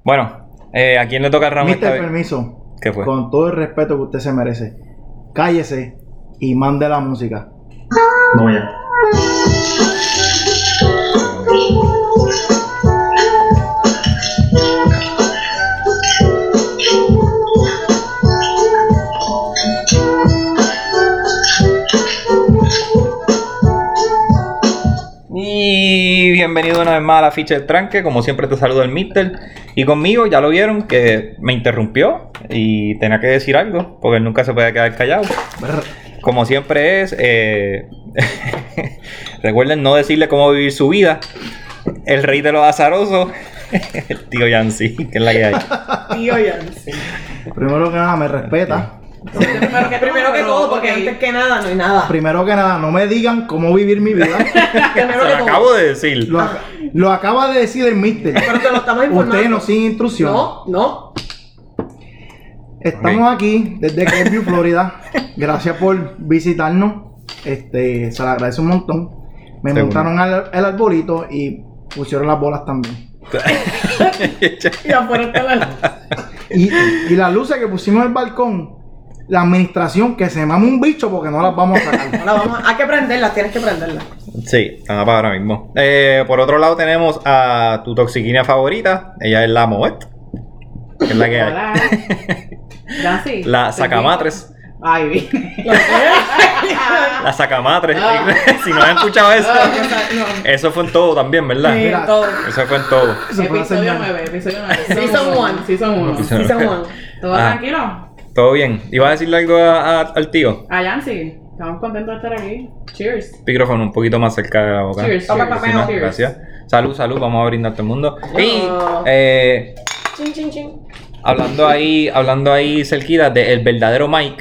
Bueno, ¿a quién le toca el round esta Mister, vez? permiso. ¿Qué fue? Con todo el respeto que usted se merece, cállese y mande la música. Vamos allá. Y bienvenido una vez más a la ficha del tranque. Como siempre te saludo el Mister. Y conmigo, ya lo vieron, que me interrumpió y tenía que decir algo, porque él nunca se puede quedar callado. Como siempre es, recuerden no decirle cómo vivir su vida. El rey de los azarosos, el tío Yancy, que es la que hay. Tío Yancy. Primero que nada, me respeta. Primero que todo, porque antes que nada no hay nada. Primero que nada, no me digan cómo vivir mi vida. Primero Se que lo todo. acabo de decir. Lo acaba de decir el Mister. Pero te lo estamos informando. Ustedes no siguen instrucciones. No. Estamos aquí desde Glenview, Florida. Gracias por visitarnos. Se le agradece un montón. Me Seguro. montaron el arbolito y pusieron las bolas también. Y afuera está la luz. Y las luces que pusimos en el balcón, la administración que se mama un bicho porque no las vamos a sacar. Hay que prenderlas, tienes que prenderlas. Sí, están apagadas ahora mismo. Por otro lado tenemos a tu toxiquina favorita. Ella es la Moet, que es la que hay. Hola. Yancy. La sacamatres. Ay, vi. La sacamatres. Si no han escuchado eso, eso fue en todo también, ¿verdad? Sí, Mira. todo. Eso fue en todo. Eso fue la Episodio señal. 9, episodio 9. Season 1. Season 1. Season 1. ¿Todo Ah. tranquilo? Todo bien. ¿Ibas a decirle algo al tío? A Yancy. Estamos contentos de estar aquí. Cheers. Micrófono un poquito más cerca de la boca. Cheers, Sí, cheers, sí, no, cheers. gracias. Salud, salud. Vamos a brindar a todo el mundo. Y Chin, chin, chin. hablando ahí cerquita del verdadero Mike.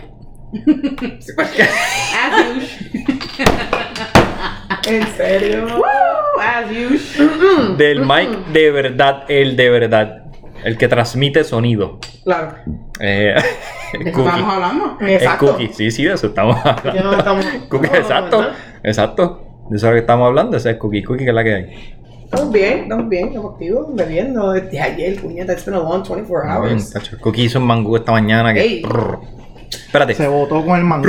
As usual. ¿En serio? As usual. Del Mike de verdad, el de verdad. El que transmite sonido. Claro. ¿De qué Cookie. estamos hablando? Es Exacto. Cookie, sí, de eso estamos hablando. Ya no estamos. Cookie, no, exacto, ¿verdad? exacto. De eso es lo que estamos hablando, ese es Cookie, que es la que hay. Estamos bien, estamos activos, bebiendo desde ayer, puñeta, it's been a long 24 Muy bien, hours. tacho. Cookie hizo un mangú esta mañana que... Ey. Espérate. Se botó con el mango.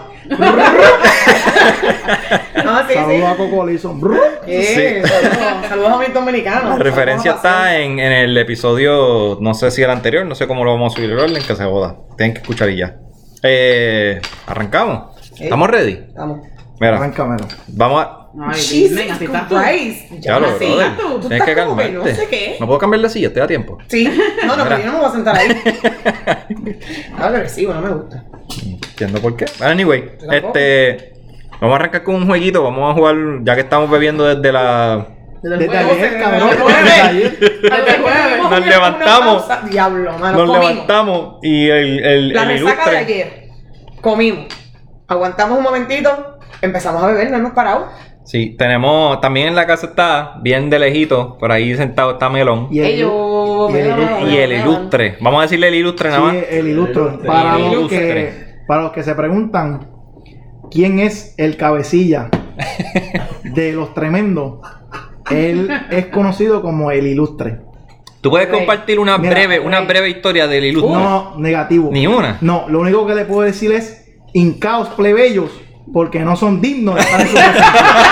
No, sí, Saludos a Coco Lison. sí. Saludos a mis dominicanos. La referencia Saludos a está en el episodio, no sé si el anterior, no sé cómo lo vamos a subir el orden, que se joda. Tienen que escuchar y ya. Arrancamos. Ey. ¿Estamos ready? Estamos. Mira, Arráncamelo. vamos a... Ay, Jesus venga, si estás tú. Christ. Ya lo, sí. brother. Tú Tienes que estás como que calmarte. no sé qué. No puedo cambiar de silla, te da tiempo. Sí. No, Mira. pero yo no me voy a sentar ahí. Está agresivo, no me gusta. Entiendo por qué. Anyway, Yo tampoco. vamos a arrancar con un jueguito. Vamos a jugar, ya que estamos bebiendo desde la... Desde el Desde jueves, ayer, cabrón. desde el Desde jueves. ayer. Desde el jueves. Nos levantamos. Una pausa. Diablo, mano. Nos comimos. levantamos y el La resaca ilustre... de ayer. Comimos. Aguantamos un momentito. Empezamos a beber, no hemos parado. Sí, tenemos... También en la casa está, bien de lejito, por ahí sentado está Melón. Y el, Ellos. y el ilustre. Y el ilustre. Vamos a decirle el ilustre nada más. sí, el ilustre. Para, El los ilustre. para los que se preguntan quién es el cabecilla de los tremendos, él es conocido como el ilustre. ¿Tú puedes Rey. compartir una Mira, breve historia del ilustre? No, negativo. Ni una. No, lo único que le puedo decir es incaos plebeyos porque no son dignos de estar en su presencia.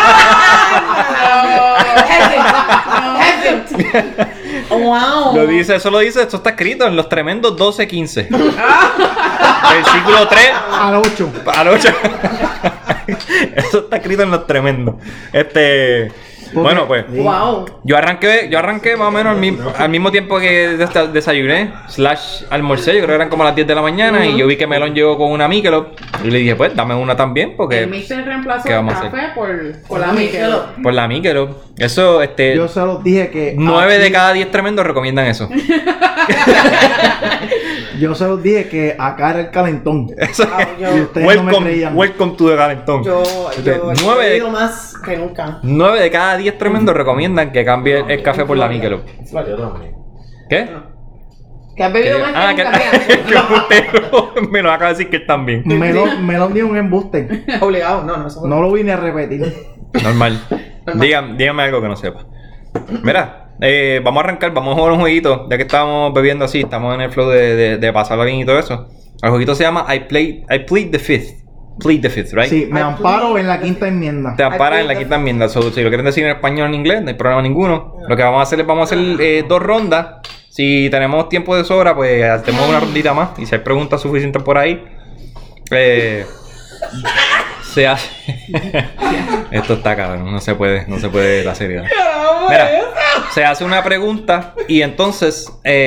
Wow. Eso lo dice, esto está escrito en los tremendos 12:15. Versículo 3 Al 8. al 8. Eso está escrito en los tremendos. Bueno, pues. Wow. Yo arranqué más o menos al mismo tiempo que desayuné, / almorcé, yo creo que eran como las 10 de la mañana, y yo vi que Melón llegó con una Michelob, y le dije, pues, dame una también, porque El mixer reemplazó ¿qué el vamos a café por la Michelob. por la Michelob, eso, Yo se los dije que 9 de aquí- cada 10 tremendos recomiendan eso. Yo se los dije que acá era el calentón. Eso Ah, Y yo, ustedes no me creían. welcome to the calentón. yo Nueve he de- bebido más que nunca. 9 de cada 10 tremendos recomiendan que cambie el café por la Michelob. Yo también. ¿Qué? Que has bebido más Ah, que que nunca. que me lo acaba de decir que él también. Melón dio un embuste. Obligado, no, eso No lo vine a repetir. Normal. Dígame algo que no sepa. Mira, vamos a arrancar, vamos a jugar un jueguito. Ya que estábamos bebiendo así, estamos en el flow de pasarlo bien y todo eso. El jueguito se llama I Plead the Fifth. Plead the Fifth, right? Sí, me amparo en la quinta enmienda. Te amparas en la quinta enmienda. So, si lo quieren decir en español o en inglés, no hay problema ninguno. Lo que vamos a hacer es dos rondas. Si tenemos tiempo de sobra, pues hacemos una rondita más. Y si hay preguntas suficientes por ahí, se hace. Esto está cabrón, no se puede la seriedad. Mira, se hace una pregunta y entonces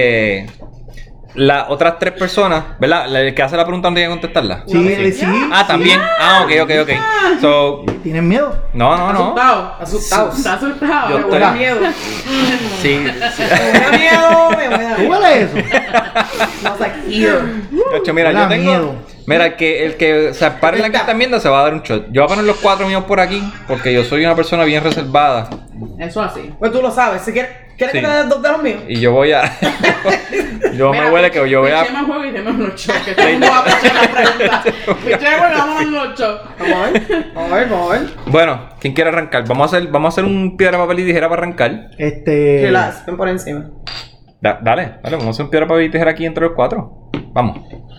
las otras 3 personas, ¿verdad? El que hace la pregunta no tiene que contestarla. Sí, sí. Ah, también. Ah, ok. So, ¿Tienen miedo? no. Asustado. Está asustado. Yo Me estoy- da miedo. Sí. Me da miedo. Me da ¿Tú miedo. huele eso? Smells like fear. Ocho, mira, Me da yo tengo. miedo. Mira, el que se pare en la quinta enmienda se va a dar un shot. Yo voy a poner los 4 míos por aquí porque yo soy una persona bien reservada. Eso así. Pues tú lo sabes. Si quieres Sí. que te dé 2 de los míos. Y yo voy a. Yo me huele que yo voy a. Pichemos el juego y demos los shots. Que todo el mundo va a pichar la pregunta. Pichemos y vamos a dar los shots. Vamos a ver. Bueno, ¿quién quiere arrancar? Vamos a hacer un piedra, papel y tijera para arrancar. Relax, ven por encima. Dale, vamos a hacer un piedra, papel y tijera aquí entre los 4. Vamos.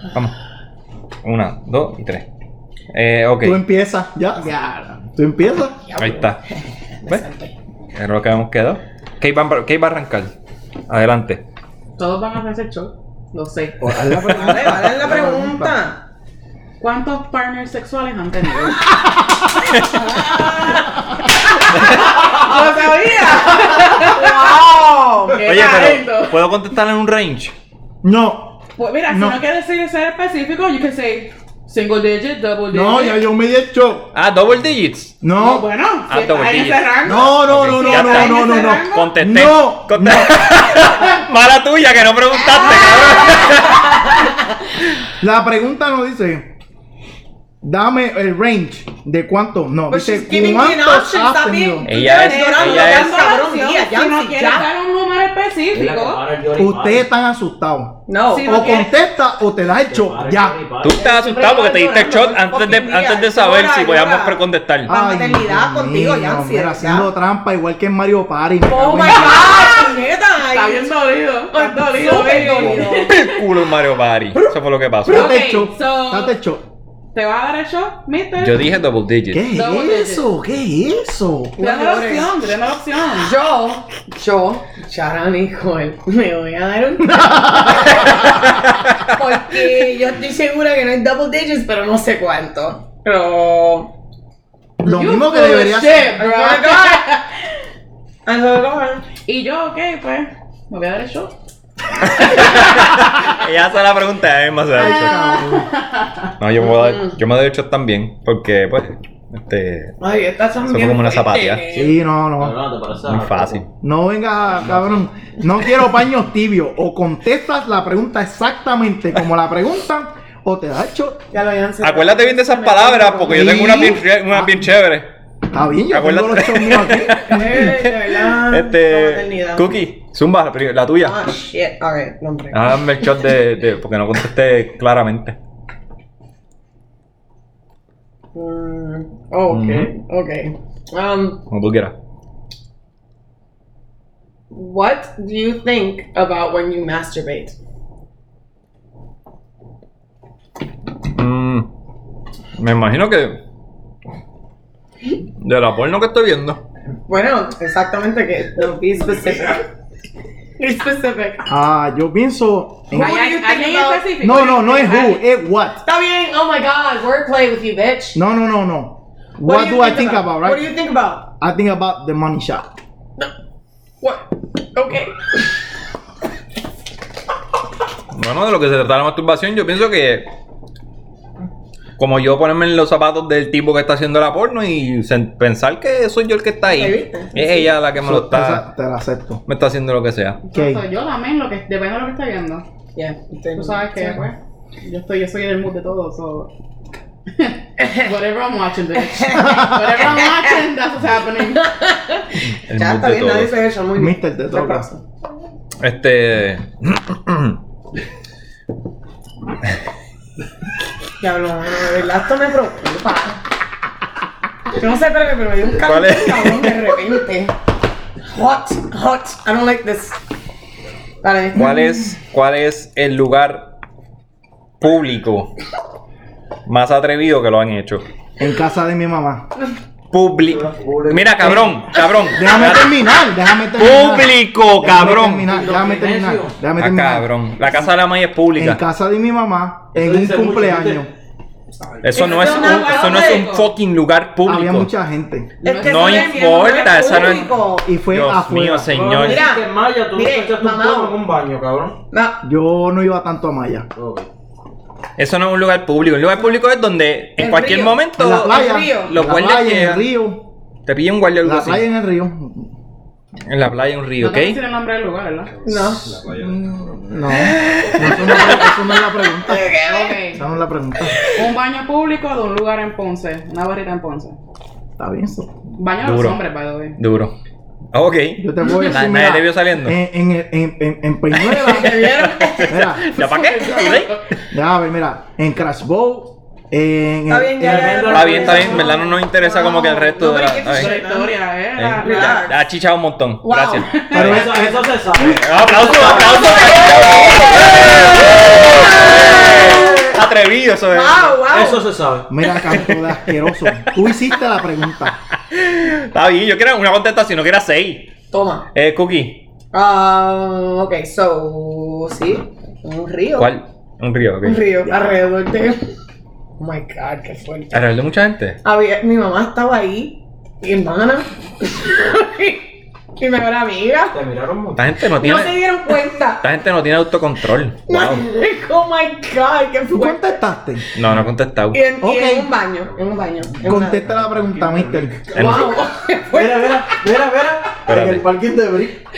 1, 2 y 3. Ok. Tú empiezas, ya. Ya. Tú empiezas. Ahí está. ¿Ves? Es lo que hemos quedado. ¿Qué va a arrancar? Adelante. Todos van a hacer shot. Lo sé. Vale, la pregunta. ¿Cuántos partners sexuales han tenido? ¡Lo sabía! ¡Wow! ¡Qué Oye, talento! pero ¿puedo contestar en un range? No. Pues mira, No. si no quieres ser específico, you can say single digit, double digit. No, ya yo me di el show. Ah, double digits. No, No. bueno, Ah, si double estás en digit. ese rango. No, Ok, no, ya no, está. no, no, no. Contesté. No, Mala tuya que no preguntaste, cabrón. La pregunta no dice. Dame el range de cuánto. No, But dice she's giving me an cuántos option, has está tenido. bien. Ella es- ella es- cabrón, Si día, no Yancy, quieres ya. dar un número específico, Ustedes están asustados. No. Sí, no O contesta o te das el shot. Ya. Tú estás asustado porque te diste el shot antes de saber si podíamos precontestar. La maternidad Dios contigo, mío, Yancy, mira, ¿verdad? haciendo trampa igual que en Mario Party. me Oh cago my en- god, neta. está bien dolido. Está dolido, Súper baby. dolido. El culo en Mario Party. Eso fue lo que pasó. Date Ok, el shot. so- Date el shot. ¿Te va a dar el shot, mister? Yo dije double digit. ¿Qué Double es eso? ¿Qué es eso? Te dame la opción, te dame la opción. Yo, Sharon Nicole, me voy a dar un porque yo estoy segura que no es double digits, pero no sé cuánto. Pero Lo You mismo que full of debería shit, ser. bro. I'm gonna go ahead. Y yo, ok, pues, me voy a dar el shot. Ella hace la pregunta y a mí me hace el shot. No, yo me doy el shot también. Porque, pues, Ay, estas son Eso fue bien como una fuertes. zapatilla. Sí, no, no. muy fácil. No venga, cabrón. No quiero paños tibios. O contestas la pregunta exactamente como la preguntan, o te das el shot. Ya lo habían sacado. Acuérdate bien de esas palabras porque yo tengo una bien chévere. Está bien, yo tengo Acuérdate. los shots míos aquí. De verdad. la maternidad. Cookie, Zumba, la tuya. Ah, shit. Ok, nombre. Dame el shot porque no contesté claramente. Okay. Como tú quieras. What do you think about when you masturbate? Me imagino que de la porno que estoy viendo. Bueno, exactamente que. No, be specific. Be specific. Yo pienso. en- What do you think ¿Alguien about- específico? No es who, es what. Está bien. Oh my god, wordplay with you, bitch. No. What do I think about, What do right? you think about? I think about the money shot. What? Okay. Bueno, de lo que se trata de la masturbación, yo pienso que como yo ponerme en los zapatos del tipo que está haciendo la porno y pensar que soy yo el que está ahí. Ahí viste. Es ella la que me lo está, Te la acepto. me está haciendo lo que sea. Ok. Soy yo también, depende de lo que esté viendo. Yeah. Tú sabes que, pues, yo soy en el mood de todo, so... Whatever I'm watching, bitch. Whatever I'm watching, that's what's happening. El Ya mood está de bien, todo. nadie dice eso. Muy bien. Mister, te toca. Diablo, mano, de verdad esto me preocupa. Yo no sé, pero me dio un ¿Cuál es? cabrón de repente. Hot. I don't like this. Vale. ¿Cuál es el lugar público más atrevido que lo han hecho? En casa de mi mamá. Mira, cabrón. Déjame terminar. Público, cabrón. Déjame terminar. Cabrón. La casa de la Maya es pública. En casa de mi mamá, en un cumpleaños, Eso no es un fucking lugar público. había mucha gente. Es que No eso importa, esa no es- público. Y fue Dios afuera. mío, señor. Mira, Que Maya, tú no mire, te echaste un mamá. polvo en un baño, cabrón. No, Yo no iba tanto a Maya. Ok. Eso no es un lugar público. Un lugar público es donde en El cualquier río. momento En la playa. río. En los la guardias playa, en el llegan. río. Te pilla un guardia o En algo la así. playa, en el río. En la playa, un río, No ¿ok? te voy a decir el nombre del lugar, ¿verdad? No, no. eso no es la pregunta. Ok. Esa no es la pregunta. Un baño público de un lugar en Ponce. Una barrita en Ponce. Está bien eso. Baño de los Duro. hombres, by the way. Duro. Ok. Yo te voy a decir, Nadie mira, te vio saliendo. en Peñuela, ¿Te vieron? mira, ¿Ya para qué? ¿Sí? ya ver, mira, en Crash Bowl, Está bien, ya. Está bien, ¿verdad? No nos interesa como que el resto de la... No, está bien. La historia, Eh. Ha chichado un montón. Wow. Gracias. Pero Eso se sabe. ¡Aplausos! Atrevido eso es. Wow. Eso se sabe. mira, canto de asqueroso. Tú hiciste la pregunta. Está bien, yo quiero una contestación, no quiero 6. Toma. Cookie. Ok, so. Sí. Un río. ¿Cuál? Un río, ok. Un río alrededor de. Oh my god, qué fuerte. ¿Alrededor de mucha gente? Mi mamá estaba ahí. Mi hermana. Mi mejor amiga. Te miraron mucho. Esta gente no No se tiene... dieron cuenta. Esta gente no tiene autocontrol. Wow. Oh my god, qué ¿Tú fuerte. contestaste? No he contestado. Y en Ok. un baño. En un baño. En Contesta la pregunta, mister. En- Wow. Mira. En el parking de Brick.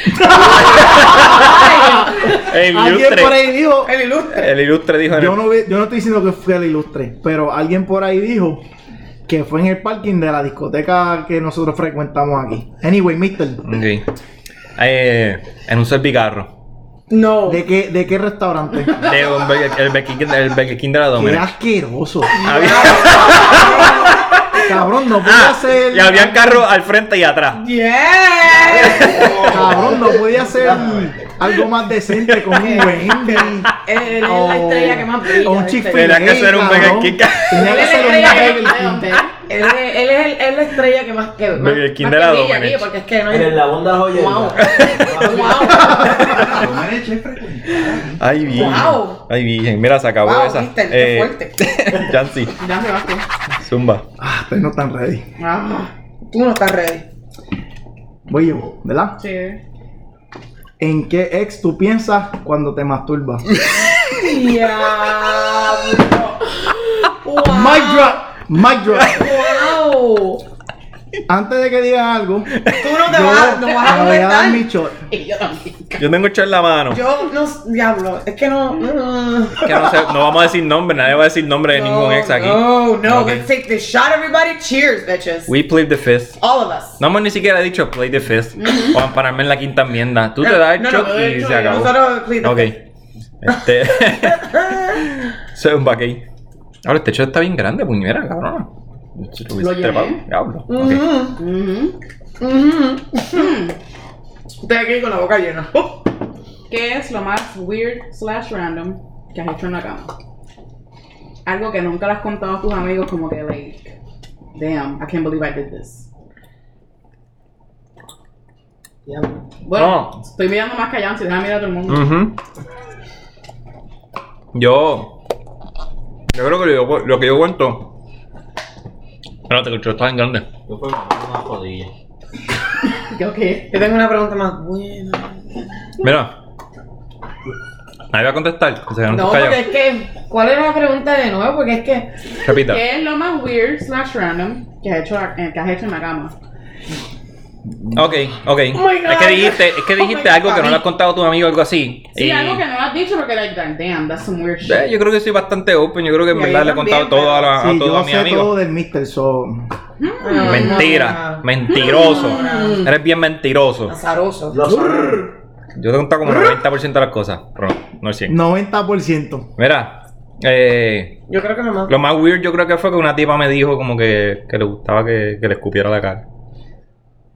El Alguien por ilustre. ahí dijo. El ilustre. El ilustre dijo... en Yo el- no estoy diciendo que fue el ilustre, pero alguien por ahí dijo que fue en el parking de la discoteca que nosotros frecuentamos aquí. Anyway, mister, Ok. En un servicarro. No. ¿de qué restaurante? De un el Burger King de la ¡Qué Dominic. asqueroso! Había... Cabrón, no podía ser. Y habían carros al frente y atrás. Yeah. Cabrón, no podía ser algo más decente con un Wendy. Él es la estrella que más brilla. O un de Chick-fil-A. este- Tenía que ser un Burger cabrón. King. Tenía que ser un Él es Burger ¿De King. dónde? Él es la estrella que más que Burger King más de que la brilla Dominic. aquí, porque es que no En el hay. labón de la joyería. Wow. Ay, bien. Wow. Ay, bien. Mira, se acabó Wow, esa. mister, qué fuerte. Jancy, Ya se va tú. zumba. Ah, ustedes no están ready. Ah, Tú no estás ready. Voy yo, ¿verdad? sí. ¿En qué ex tú piensas cuando te masturbas? Diablo. Wow. Mic drop. Mic drop. Wow. Antes de que digan algo, Tú no te vas, no vas a me voy a dar comentar. mi shot. Y yo también. Yo tengo hecho en la mano. Yo no, diablo, es que no. Que no, no vamos a decir nombre, nadie va a decir nombre de ningún ex aquí. No, Ok. let's take this shot, everybody. Cheers, bitches. We plead the fifth. All of us. No hemos ni siquiera dicho play the fifth. O ampararme en la quinta enmienda. Tú te das el No, shot no, y se acabó. Nosotros, plead the Ok. fifth. Zumba aquí. Ahora, este shot está bien grande, puñera, cabrón. Lo llené. Diablo. Ok. Ujú. Estoy aquí con la boca llena. ¿Qué es lo más weird / random que has hecho en la cama? Algo que nunca le has contado a tus amigos como que like, damn, I can't believe I did this. Bueno, No. estoy mirando más que Jancy, déjame mirar a todo el mundo. Ujú. Yo creo que lo que yo cuento. Espérate, que el shot está bien grande. Yo fui una jodilla. ¿Qué? Yo tengo una pregunta más buena. Mira. Nadie va a contestar. Que se quedaron No, todos porque callados. es que. ¿Cuál era la pregunta de nuevo? Porque es que. Repita. ¿Qué es lo más weird / random que has hecho en la cama? Ok. Oh my God. Es que dijiste Oh my algo que God. no le has contado a tu amigo o algo así. Sí, Y- algo que no has dicho porque like, damn, that's some weird shit. Yo creo que soy bastante open. Yo creo que en Y verdad yo le he contado también, todo a Sí, todos yo mis sé amigos. todo del mister, so... Mentira. Mentiroso. Eres bien mentiroso. Azaroso. Lo sabes. Yo te he contado como el 90% de las cosas. Pero no es 100. 90%. Mira. Yo creo que no más. Lo más weird yo creo que fue que una tipa me dijo como que le gustaba que le escupiera la cara. What?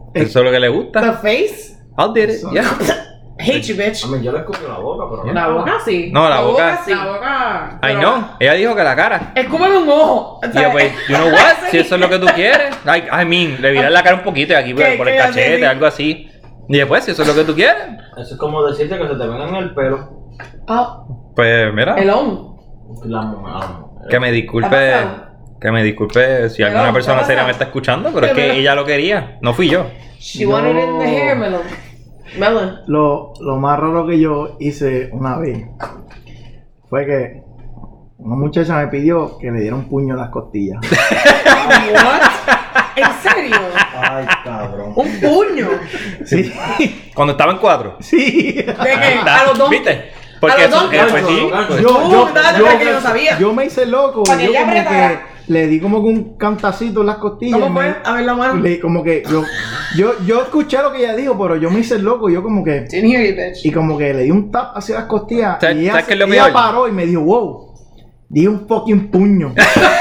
Eso es lo que le gusta. The face? I'll did it, yeah. Hate you, bitch. A mí yo le escupí la boca, pero La boca sí. No, la boca. sí. La boca. Ay, no. Ella dijo que la cara. Escúpeme un ojo. Y yo, pues, you know what? Si eso es lo que tú quieres. Like, I mean, le viras la cara un poquito y aquí por el ¿Qué cachete, haces? algo así. Y después, si eso es lo que tú quieres, eso es como decirte que se te venga en el pelo. Ah, pues mira. el on. La mujer. Que me ¿Qué ha disculpe. pasado? Que me disculpe si alguna Pero, persona ¿qué seria pasa? me está escuchando, pero es Pero- que ella lo quería, no fui yo. She wanted it in the hair, Melon. Melon. Lo más raro que yo hice una vez fue que una muchacha me pidió que le diera un puño en las costillas. What? ¿En serio? Ay, cabrón. Un puño. Sí, Cuando estaba en 4. sí. ¿De qué? A los dos. ¿Viste? Porque A los eso, dos. pues sí. pues- Que no sabía. Yo me hice loco. Para que Yo ella como que apretara. le di como que un cantacito en las costillas. ¿Cómo fue? A ver la mano. Como que yo escuché lo que ella dijo, pero yo me hice loco. Yo como que Didn't hear you, bitch. y como que le di un tap hacia las costillas ¿Sabes- y ella, sabes qué es lo ella peor? paró y me dijo, wow, di un fucking puño.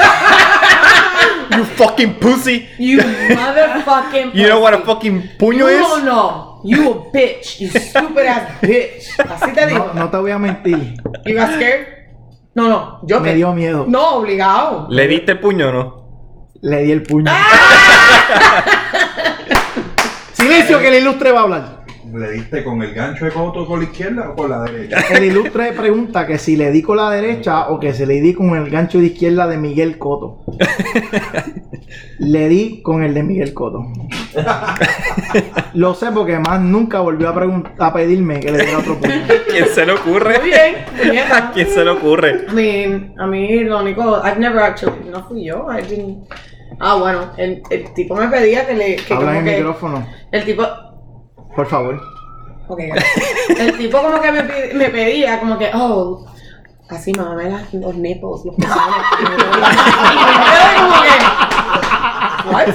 You fucking pussy. You motherfucking You know what a pussy. fucking puño You is? don't know. You a bitch. You stupid ass bitch. Así te digo. No te voy a mentir, You got scared? No. Yo me qué. dio miedo. No, obligado. ¿Le diste el puño o no? Le di el puño. ¡Ah! Silencio, que el ilustre va a hablar. ¿Le diste con el gancho de coto con la izquierda o con la derecha? El ilustre pregunta que si le di con la derecha o que se le di con el gancho de izquierda de Miguel Cotto. Le di con el de Miguel Cotto. Lo sé porque más nunca volvió a pedirme que le diera otro puño. ¿Quién se le ocurre? Muy bien. Puñeta. ¿A quién se le ocurre? A mí lo único, I've never actually, no fui yo, I've been, bueno, el tipo me pedía que Habla en como el que, micrófono, el tipo, por favor. ok, gracias. El tipo como que me pedía como que, oh, así mamame los nipples, los pezones, y me quedé como que, what?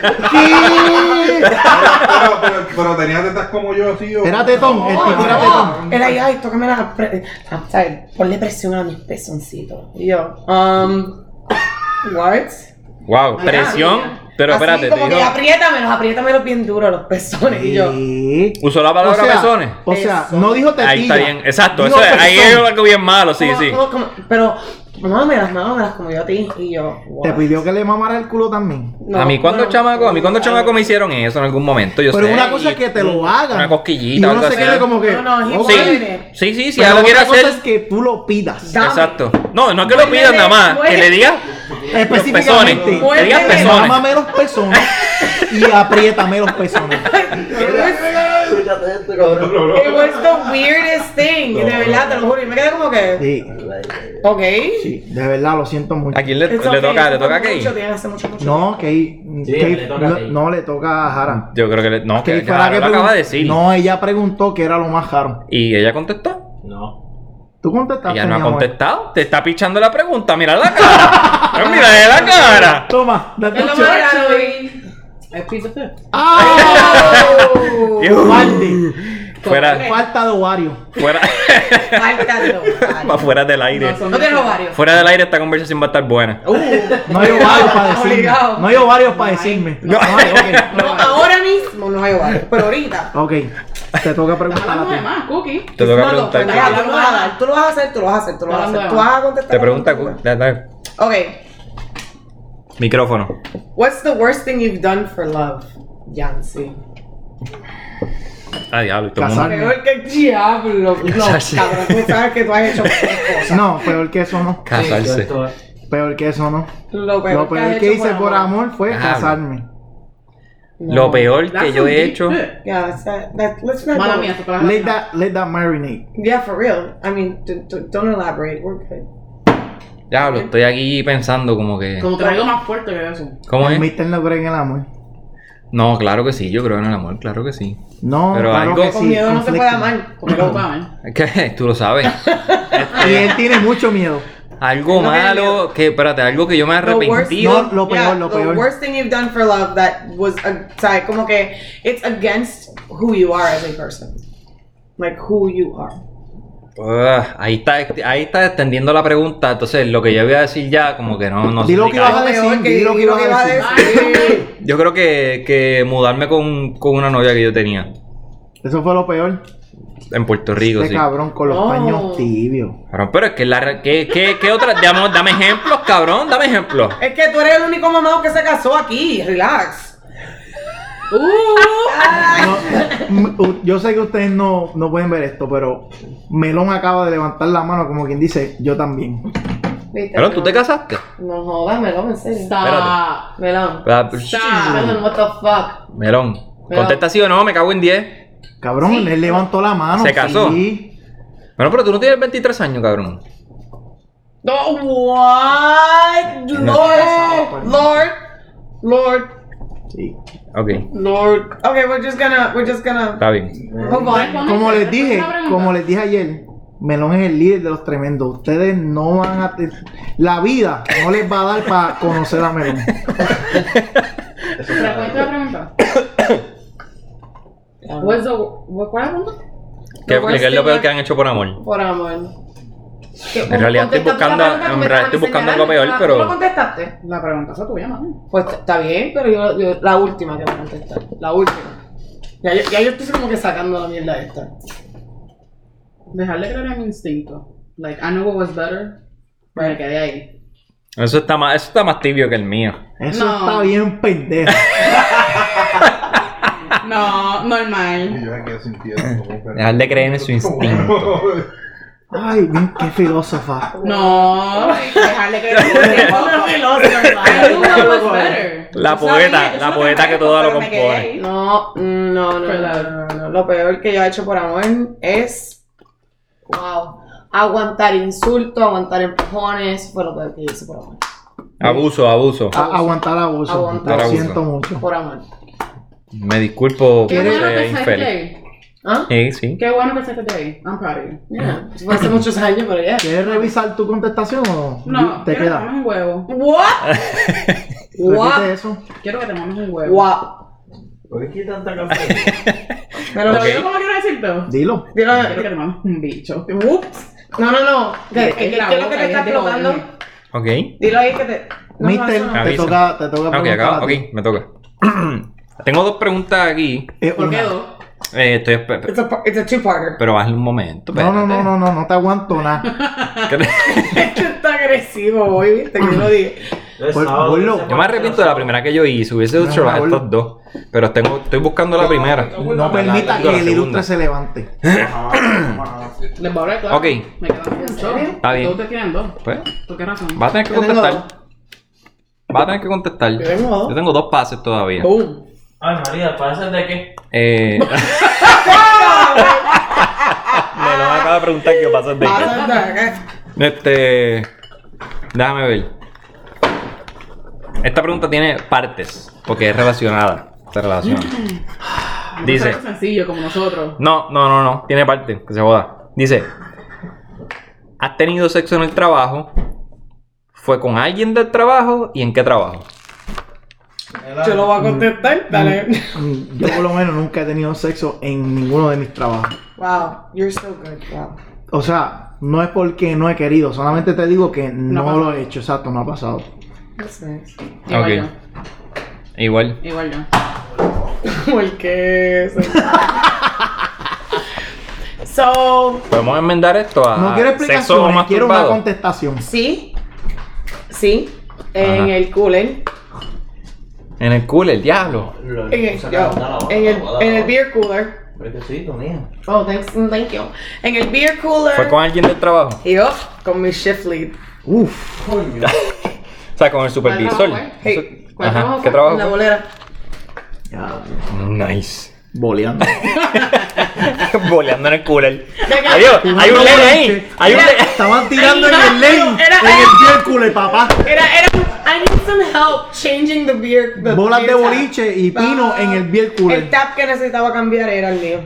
Pero tenía tetas como yo así o... Era tetón, el tipo era tetón. Era ahí, ay, tócame ¿sabes? Ponle presión a mis pezoncitos. Y yo, what? Wow, Mira, presión. mira. Pero Así espérate, como te que digo. apriétamelos bien duro los pezones. Y yo, Sí. ¿Usó la palabra pezones? O sea, Eso. no dijo tetilla. Ahí está bien. Exacto, dijo eso es, ahí pezón. es algo bien malo, sí, sí. Pero, mámamelas como yo a ti. Y yo, what? Te pidió que le mamara el culo también. No, A mí cuando bueno, chamaco me hicieron eso en algún momento, yo Pero sé. una cosa y- es que te lo hagan. Una cosquillita, y uno algo se así. quede como que. No, he ok. wanted it. Sí, sí, si Pero ella lo quiere otra cosa hacer. es que tú lo pidas. Dame. Exacto. No es que lo Muérdeme, pidas nada más, que muérdeme. le digas Específicamente. pezones. Muérdeme. Le digas pezones. Mámame los pezones y apriétame los pezones. Escúchate esto, cabrón. It was the weirdest thing. De verdad, te lo juro. Y me quedé como que, Sí, ok. sí, de verdad lo siento mucho. ¿A quién le It's toca? okay, ¿Le toca a mucho, Kay? tiene hace mucho. No, que le toca a Kay. no le toca a Jara. Yo creo que le. No, que Que fuera ya que lo acaba de pregun- decir. No, ella preguntó que era lo más caro. ¿Y ella contestó? No. ¿Tú contestaste? Ella no ha mi amor? contestado. Te está pichando la pregunta. Mira la cara. Mira la cara. Toma, date Es un lo shot. más caro, güey. Es pizza fit. ¡Ah! Iu. Guarde. Fuera. Falta de ovario. Fuera. Falta de Para fuera del aire. No son No tienes ovarios. Fuera del aire esta conversación va a estar buena. No hay ovarios para decirme. Obligado. No hay ovarios para decirme. No hay, ok. No, ahora mismo no hay ovarios, pero ahorita. Ok, te toca preguntar a Hablando de ti. más, Cookie. Te toca No, preguntar. pues, ya, tú lo vas a dar, tú lo vas a hacer, tú lo vas a hacer. Tú vas a contestar. Te pregunta. Dale. Ok. Micrófono. What's the worst thing you've done for love, Yancy? Ah, diablo. y todo el mundo- Casarme. Peor que diablo. No, Sí. cabrón, tú sabes que tú has hecho muchas cosas. No, peor que eso no. Casarse. Peor que eso no. Lo Lo peor peor has que hecho hice por amor fue Diablo. casarme. No. Lo peor That's que yo some he deep hecho. shit. Yeah, let's not Mala go. mía, eso te Let that marinate. Yeah, for real. I mean, don't elaborate. We're good. Diablo, estoy aquí pensando como que. Como que algo más fuerte que eso. ¿Cómo El es? mister no cree en el amor. No, claro que sí, yo creo en el amor, claro que sí. No, Pero claro algo- que Con sí. miedo no se puede conflicto. amar. Como lo saben. Es que tú lo sabes. Y él tiene mucho miedo. Algo No me da malo, miedo. que, espérate, algo que yo me he The worst- arrepentido. No, lo peor, lo peor. The worst thing you've done for love that was, ¿sabes? Como que it's against who you are as a person. Like who you are. Ahí está extendiendo la pregunta. Entonces, lo que yo voy a decir ya, como que no Di sé lo si que ibas a cae. decir, di lo que ibas a decir. Yo creo que mudarme con una novia que yo tenía Eso fue lo peor. en Puerto Rico, Este sí. cabrón con los Oh. paños tibios. Cabrón, pero es que ¿qué otra? Dame ejemplos, cabrón, dame ejemplos. Es que tú eres el único mamado que se casó aquí. Relax. Yo sé que ustedes no pueden ver esto, pero Melón acaba de levantar la mano como quien dice, yo también. ¿Viste? Pero tú te casaste. No jodas, Melón, en serio. Stop. Melón. Stop. Melón, what the fuck. Melón, contesta sí o no, me cago en 10. Cabrón, Sí. él levantó la mano. ¿Se casó? Sí. Bueno, pero tú no tienes 23 años, cabrón. No, what? Lord. Sí. Ok, Lord. Okay, we're just gonna está bien. move on. Como les dije, Una pregunta. como les dije ayer, Melón es el líder de los tremendos. Ustedes no van a la vida no les va a dar para conocer a Melón. ¿Cuál la pregunta? ¿Cuál es la pregunta? ¿Qué es lo peor que han hecho por amor? Por amor. En realidad estoy buscando algo peor, pero... ¿Tú lo contestaste? La pregunta es tuya, mami. Pues está bien, pero yo la última que voy a contestar. La última. Ya yo estoy como que sacando la mierda esta. Dejarle creer a mi instinto. Like, I know what was better. Pero me quedé ahí. Eso está más tibio que el mío. Eso No. está bien pendejo. No, normal. Y yo aquí sintiendo. Dejar de creer en su instinto. Ay, bien, qué filósofa. No, dejarle creer a mi instinto. I knew what was better. La Yo sabía, la poeta que todo lo pero me quedé compone. ahí. No. Lo peor que yo he hecho por amor es. Wow. Aguantar insultos, aguantar empujones. Fue lo peor que yo hice por amor. Abuso. Aguantar abuso. Aguantar Lo abuso. siento mucho. Por amor. Me disculpo Qué por bueno ser que saliste de infeliz. ahí. ¿Ah? Sí. Qué bueno que saliste de ahí. I'm proud of you. Yeah. Eso fue hace muchos años, pero ya. ¿Quieres revisar tu contestación o No, te quiero que te queda? mames un huevo. What? What? Repite eso. Quiero que te mames un huevo. Wow. ¿Por qué tanta café? Pero Ok. ¿Lo digo como quiero decirte? Dilo. dilo. Quiero que te mames un bicho. Ups. No. ¿Qué Es es la lo que boca, te está es de explotando? odio. Ok. Dilo ahí que te. No, Mister, eso no. te Avisa. toca Ok, preguntar acá. a Ok, ti. me toca. Tengo dos preguntas aquí. ¿Por qué Una. dos? Estoy It's a two-parter. pero bájale un momento. No te aguanto nada. Esto está agresivo hoy, viste que yo lo dije. Gordo. Yo me arrepiento de la primera que yo hice. Hubiese No, hecho Raúl. estas dos. Pero estoy buscando la primera. No permita Digo, la que el segunda. ilustre se levante. Les voy a hablar claro. Ok. Me quedan mucho. Está bien. Todos te tienen dos. Pues, ¿Por qué razón? vas a tener que Yo tengo contestar. Vas a tener que contestar. Yo tengo dos. Yo tengo dos pases todavía. Boom. Ay, María, ¿pases de qué? Me lo acaba de preguntar qué pases de qué. Déjame ver. Esta pregunta tiene partes, porque es relacionada. Se relaciona. Dice. Es sencillo como nosotros. No. Tiene parte, que se joda. Dice. ¿Has tenido sexo en el trabajo? ¿Fue con alguien del trabajo? ¿Y en qué trabajo? Yo lo voy a contestar, dale. Yo por lo menos nunca he tenido sexo en ninguno de mis trabajos. Wow, you're so good. Wow. O sea, no es porque no he querido, solamente te digo que no pasado. lo he hecho, exacto, no ha pasado. That's nice. Igual Ok. yo. Igual. Igual yo. ¿Por qué? So, Podemos enmendar esto a No quiero sexo explicaciones, quiero una masturbado. contestación. sí, en Ajá. el cooler. En el cooler, diablo. En el beer cooler. Fresquecito, mía. Oh, thank you. En el beer cooler. ¿Fue con alguien del trabajo? Y yo, con mi shift lead. Uf, Coño. O sea, con el supervisor. ¿Cuál trabajo Hey, ¿cuál Ajá. trabajo ¿Qué fue? trabajo En la fue? bolera. ya, Nice. boleando. Boleando en el cooler. Venga. Adiós, hay un lane ahí. Hay un lane. Estaban tirando en el lane, Era- en el beer cooler, papá. Era, I need some help changing the beer. The Bolas beer de tap. boliche y pino en el beer cooler. El tap que necesitaba cambiar era el mío.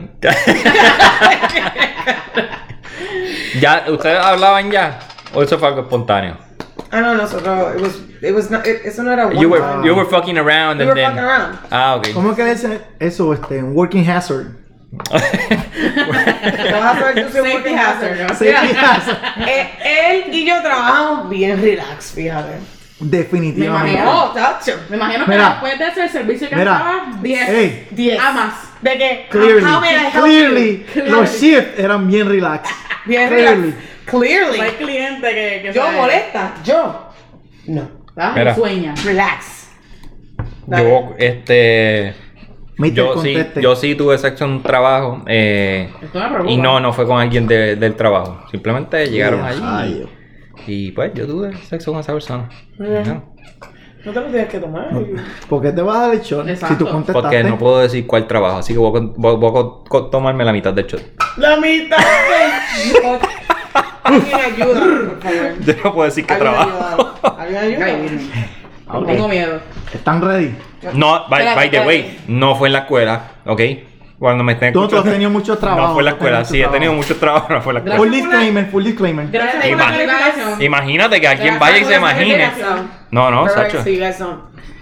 Ya, ¿ustedes hablaban ya? ¿O eso fue algo espontáneo? Ah, no, nosotros. It was not, eso no era one You time. were fucking around We and were then. fucking around. Ah, ok. ¿Cómo es que dice eso? Un working hazard. Te vas a saber tú si es Safety working hazard, hazard. ¿no? Sí, Él y yo trabajamos bien relax, fíjate. definitivamente. Me imagino. No, tacho. Me imagino que Mira. después de hacer el servicio que Mira. estaba 10. Ey, 10. A más. De que, clearly, how may I help clearly, you? los shifts eran bien relax. Bien Clearly. relax. Clearly. Hay clientes que Yo saben, molesta, yo. No. ¿verdad? Mira. Y sueña. Relax. Yo, Mister, yo sí tuve sexo en un trabajo. Esto me preocupa. Y no fue con alguien del trabajo. Simplemente llegaron allí. Ay, Dios. Y pues yo tuve sexo con esa persona. Ajá. No te lo tienes que tomar. ¿Por qué te vas a dar el shot? Exacto. Si tú contestaste. Porque no puedo decir cuál trabajo. Así que voy a tomarme la mitad del shot. La mitad del shot. Alguien ayuda, por favor. Yo no puedo decir qué Alguien trabajo. ayuda. Alguien ayuda. Ay, Virgen. Ok. Tengo miedo. ¿Están ready? No, by the Espérate, way, no fue en la escuela, ¿ok? Cuando me estén Tú has escuchando. tenido muchos trabajos. No fue en la tú has escuela, sí, he tenido muchos muchos trabajos, no fue en la escuela. trabajos. Full disclaimer. Gracias por la Imagínate. clarificación. Imagínate que alguien Gracias vaya y por se esa imagine. clarificación. No, Perfect, Sacho. so you guys don't.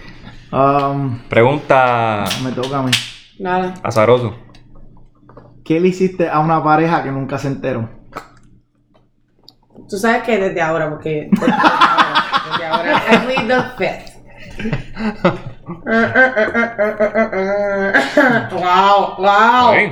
Pregunta Me toca a mí. Nada. azaroso. ¿Qué le hiciste a una pareja que nunca se enteró? Tú sabes que desde ahora, porque desde ahora, I plead the fifth. Wow. Ok.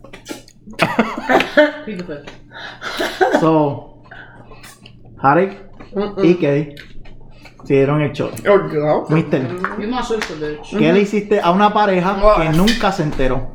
Beautiful. So, Harry y Kay se dieron el shot. Mister, You not sure for bitch. ¿qué le hiciste a una pareja que nunca se enteró?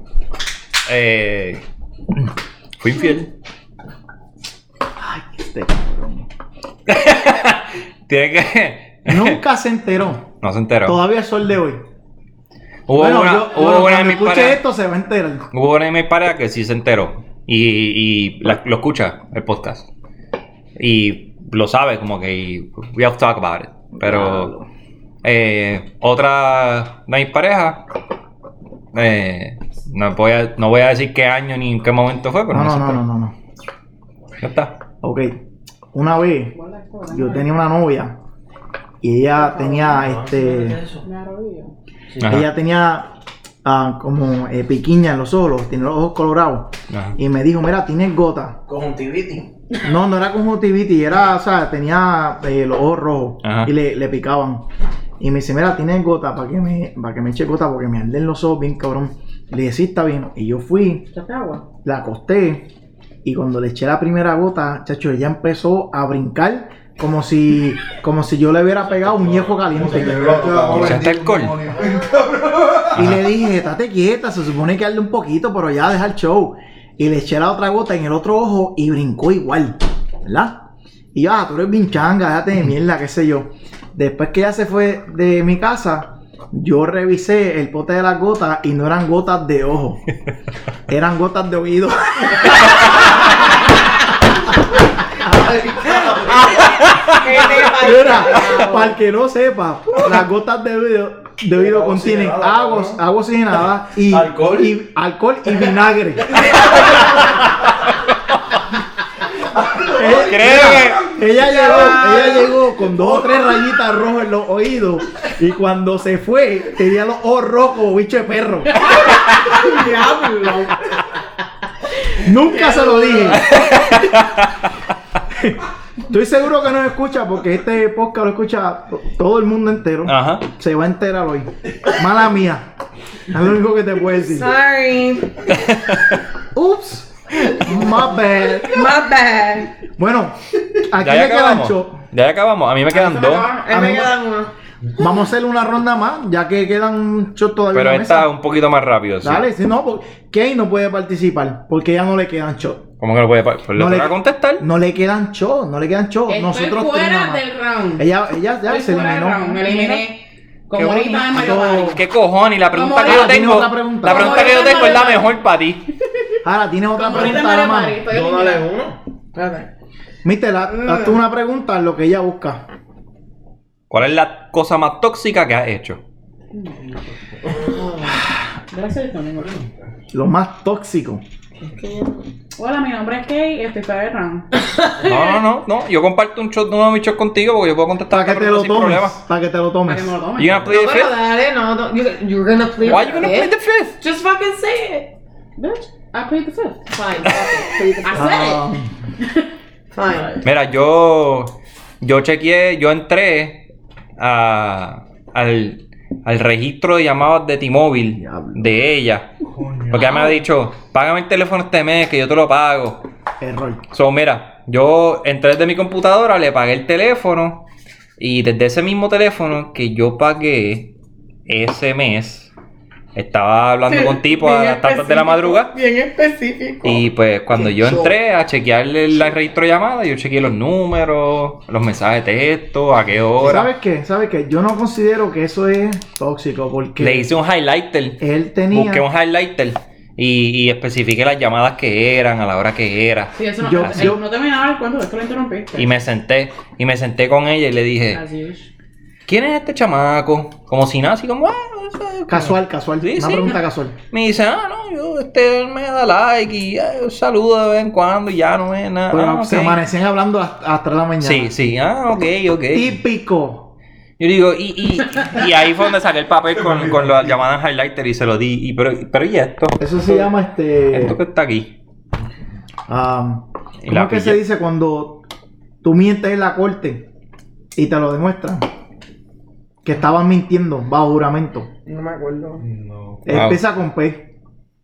Fui infiel. Ay, este cabrón. Tiene que. Nunca se enteró. No se enteró. Todavía es sol de hoy. Hubo Bueno, una, yo, hubo bueno, una de cuando mis escuche parejas. esto se va a enterar. Hubo una de mis parejas que sí se enteró. Y lo escucha el podcast. Y lo sabe, como que. Y we have to talk about it. Pero. Otra de mis parejas. No voy a decir qué año ni en qué momento fue, pero No, se no, enteró. no. Ya está. Ok. Una vez yo tenía una novia y ella tenía Me arrodillo. Ajá. ella tenía como piquiña en los ojos, tenía los ojos colorados. Ajá. Y me dijo, mira, tienes gota. Conjuntivitis. No era conjuntivitis, era, o sea, tenía los ojos rojos Ajá. y le picaban. Y me dice, mira, tienes gota para que me eche gota porque me arden los ojos bien cabrón. Le dije, sí, está bien. Y yo fui, ¿Echaste agua? la acosté y cuando le eché la primera gota, chacho, ella empezó a brincar como si yo le hubiera pegado un hierro caliente. ¿Echaste alcohol? Y le dije, estate quieta, se supone que darle un poquito, pero ya deja el show. Y le eché la otra gota en el otro ojo y brincó igual, ¿verdad? Y yo, tú eres bien changa, déjate de mierda, qué sé yo. Después que ella se fue de mi casa, yo revisé el pote de las gotas y no eran gotas de ojo, eran gotas de oído. Mira, para el que no sepa, las gotas de oído contienen agua oxigenada y Alcohol. alcohol y vinagre. Créeme. Ella llegó con 2 o 3 rayitas rojas en los oídos y cuando se fue tenía los ojos rojos como bicho de perro. Diablo. Nunca se lo dije. Estoy seguro que nos escucha porque este podcast lo escucha todo el mundo entero. Ajá. Se va a enterar hoy. Mala mía. Es lo único que te puedo decir. Sorry. Ups. My bad. My bad. Bueno, aquí Ya me quedan acabamos. shots. Ya acabamos. A mí me quedan dos. A mí me quedan uno. Vamos a hacer una ronda más, ya que quedan shots todavía Pero en la esta mesa. un poquito más rápido. Sí. Dale, si no, Kay no puede participar porque ya no le quedan shots. ¿Cómo que no puede? Pues le No toca contestar. No le quedan shots, no le quedan shots. Estoy Nosotros fuera tenemos más. del round. Ella ya Estoy se fuera del round. eliminó. Me eliminé. Como Qué ahorita bueno. en Mario Party. ¿Qué cojones? La pregunta Como que yo ahora, ¿tiene tengo. otra pregunta? La pregunta Como que yo ahorita tengo es la Mario Party. mejor para ti. Ahora, ¿tienes otra Como ahorita pregunta en a la Mario mano? Party. Estoy No, dale eliminada. uno. Espérate. Mister, haz tú una pregunta en lo que ella busca. ¿Cuál es la cosa más tóxica que has hecho? Gracias, Tony. Lo más tóxico. Hola, mi nombre es Kay y estoy fuera del round. No. Yo comparto un shot de uno de mis shots contigo porque yo puedo contestar Para que esta te pregunta lo sin tomes. problema. Para que te lo Para tomes. que me lo tomen. You gonna play the Pero fifth? dale, no. You're gonna plead Why the you gonna play fifth. the fifth? Just fucking say it. Bitch. I plead the fifth. Fine, fuck it. I said it. Fine. Mira, yo chequeé, yo entré al registro de llamadas de T-Mobile Diablo. de ella. Porque ella me ha dicho, págame el teléfono este mes que yo te lo pago. Error. So, mira, yo entré desde mi computadora, le pagué el teléfono y desde ese mismo teléfono que yo pagué ese mes, estaba hablando con tipo a las tantas de la madrugada. Bien específico. Y pues cuando yo entré a chequear el registro de llamadas, yo chequeé los números, los mensajes de texto, a qué hora. ¿Sabes qué? Yo no considero que eso es tóxico porque Le hice un highlighter. él tenía... Busqué un highlighter y especifiqué las llamadas que eran, a la hora que era. Sí, eso no, Yo- no terminaba el cuento, es que lo interrumpiste. Y me senté con ella y le dije, As usual. ¿quién es este chamaco? Como si nada, así como, Casual. Sí, Una sí. pregunta casual. Me dice, no, yo, él me da like y saluda de vez en cuando y ya no es nada. Pero ok. se amanecían hablando hasta la mañana. Sí, ok. Típico. Yo digo, y ahí fue donde saqué el papel con las llamadas highlighter y se lo di. Pero ¿y esto? Eso se llama Esto que está aquí. Y ¿Cómo la es que se pillé. dice cuando tú mientes en la corte y te lo demuestran? Que estaban mintiendo bajo juramento. No me acuerdo. No. Empieza con P.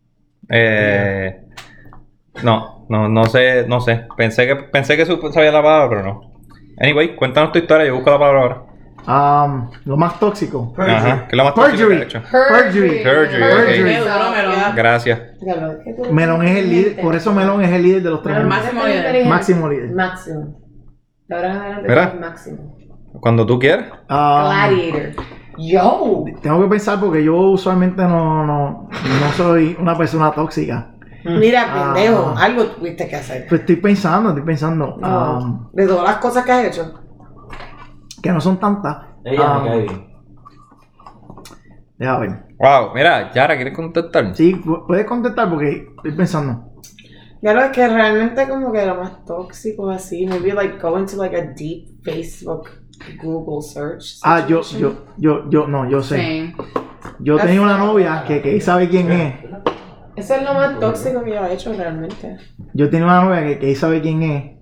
No sé. Pensé que sabía la palabra, pero no. Anyway, cuéntanos tu historia, yo busco la palabra ahora. Lo más tóxico. Ajá, que es lo más tóxico que Perjury. he hecho. Perjury. Perjury, ok. Gracias. Melón es el líder, por eso Melón es el líder de los tres. Pero mundos. máximo líder. Máximo líder. Máximo. De ahora en adelante Mira. es máximo. Cuando tú quieras. Gladiator. Yo. Tengo que pensar porque yo usualmente no soy una persona tóxica. Mira, pendejo, algo tuviste que hacer. Pues estoy pensando. De todas las cosas que has hecho. Que no son tantas. Ella me cae bien. Deja ver. Wow, mira, Yara, ¿quieres contestar? Sí, puedes contestar porque estoy pensando. Ya lo es que realmente como que lo más tóxico así, maybe like go into like a deep Facebook Google search. Yo sé. Sí. Yo tenía una novia que sabe quién es. Eso es lo más tóxico que yo he hecho realmente. Yo tenía una novia que sabe quién es.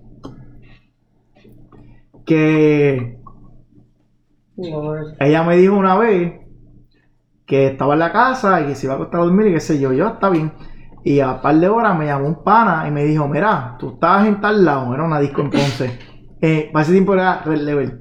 Que Lord. ella me dijo una vez que estaba en la casa y que se iba a acostar a dormir y qué sé yo, está bien. Y a un par de horas me llamó un pana y me dijo, mira, tú estabas en tal lado, era una disco en Ponce. Para ese tiempo era Red Level.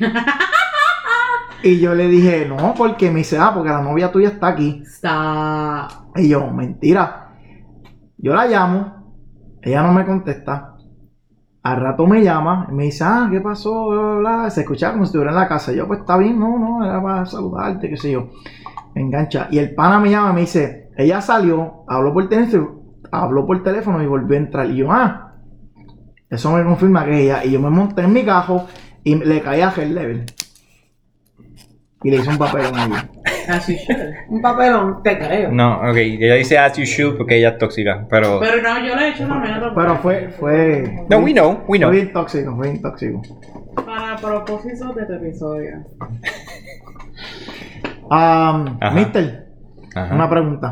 Y yo le dije, no, porque me dice, porque la novia tuya está aquí. Stop. Y yo, mentira. Yo la llamo, ella no me contesta. Al rato me llama y me dice, ¿qué pasó? Bla, bla, bla. Se escuchaba como si estuviera en la casa. Yo, pues está bien, no, era para saludarte, qué sé yo. Me engancha. Y el pana me llama y me dice, ella salió, habló por teléfono y volvió a entrar. Y yo, eso me confirma que es ella. Y yo me monté en mi cajo y le caí a Red Level. Y le hice un papelón a ella. As you should. Un papelón, te creo. No, ok, ella dice as you should porque ella es tóxica, pero... Pero no, yo le he hecho una menos. Pero fue No, we know. Fue bien tóxico. Para propósitos de este episodio. Mister, Ajá. una pregunta.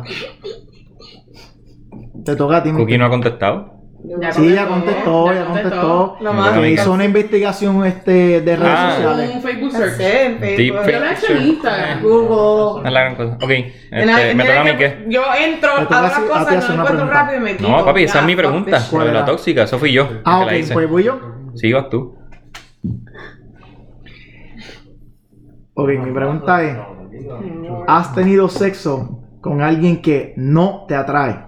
Te toca a ti, Cookie Mister. no ha contestado. Sí, ya contestó. Lo más Déjame Que hizo una investigación de redes sociales. Un Facebook sé, search. en Facebook. Deep Yo lo he hecho en Instagram. Google. No es la gran cosa. Ok, En me toca a mí qué. Yo entro Te a toca otras a ti cosas, hacer no una encuentro pregunta. rápido y me digo. No, papi, esa es mi pregunta. ¿Cuál Sobre la era? tóxica, eso fui yo. el que la Ok, hice. pues voy yo. Sí, vas tú. Ok, mi pregunta es, ¿has tenido sexo con alguien que no te atrae?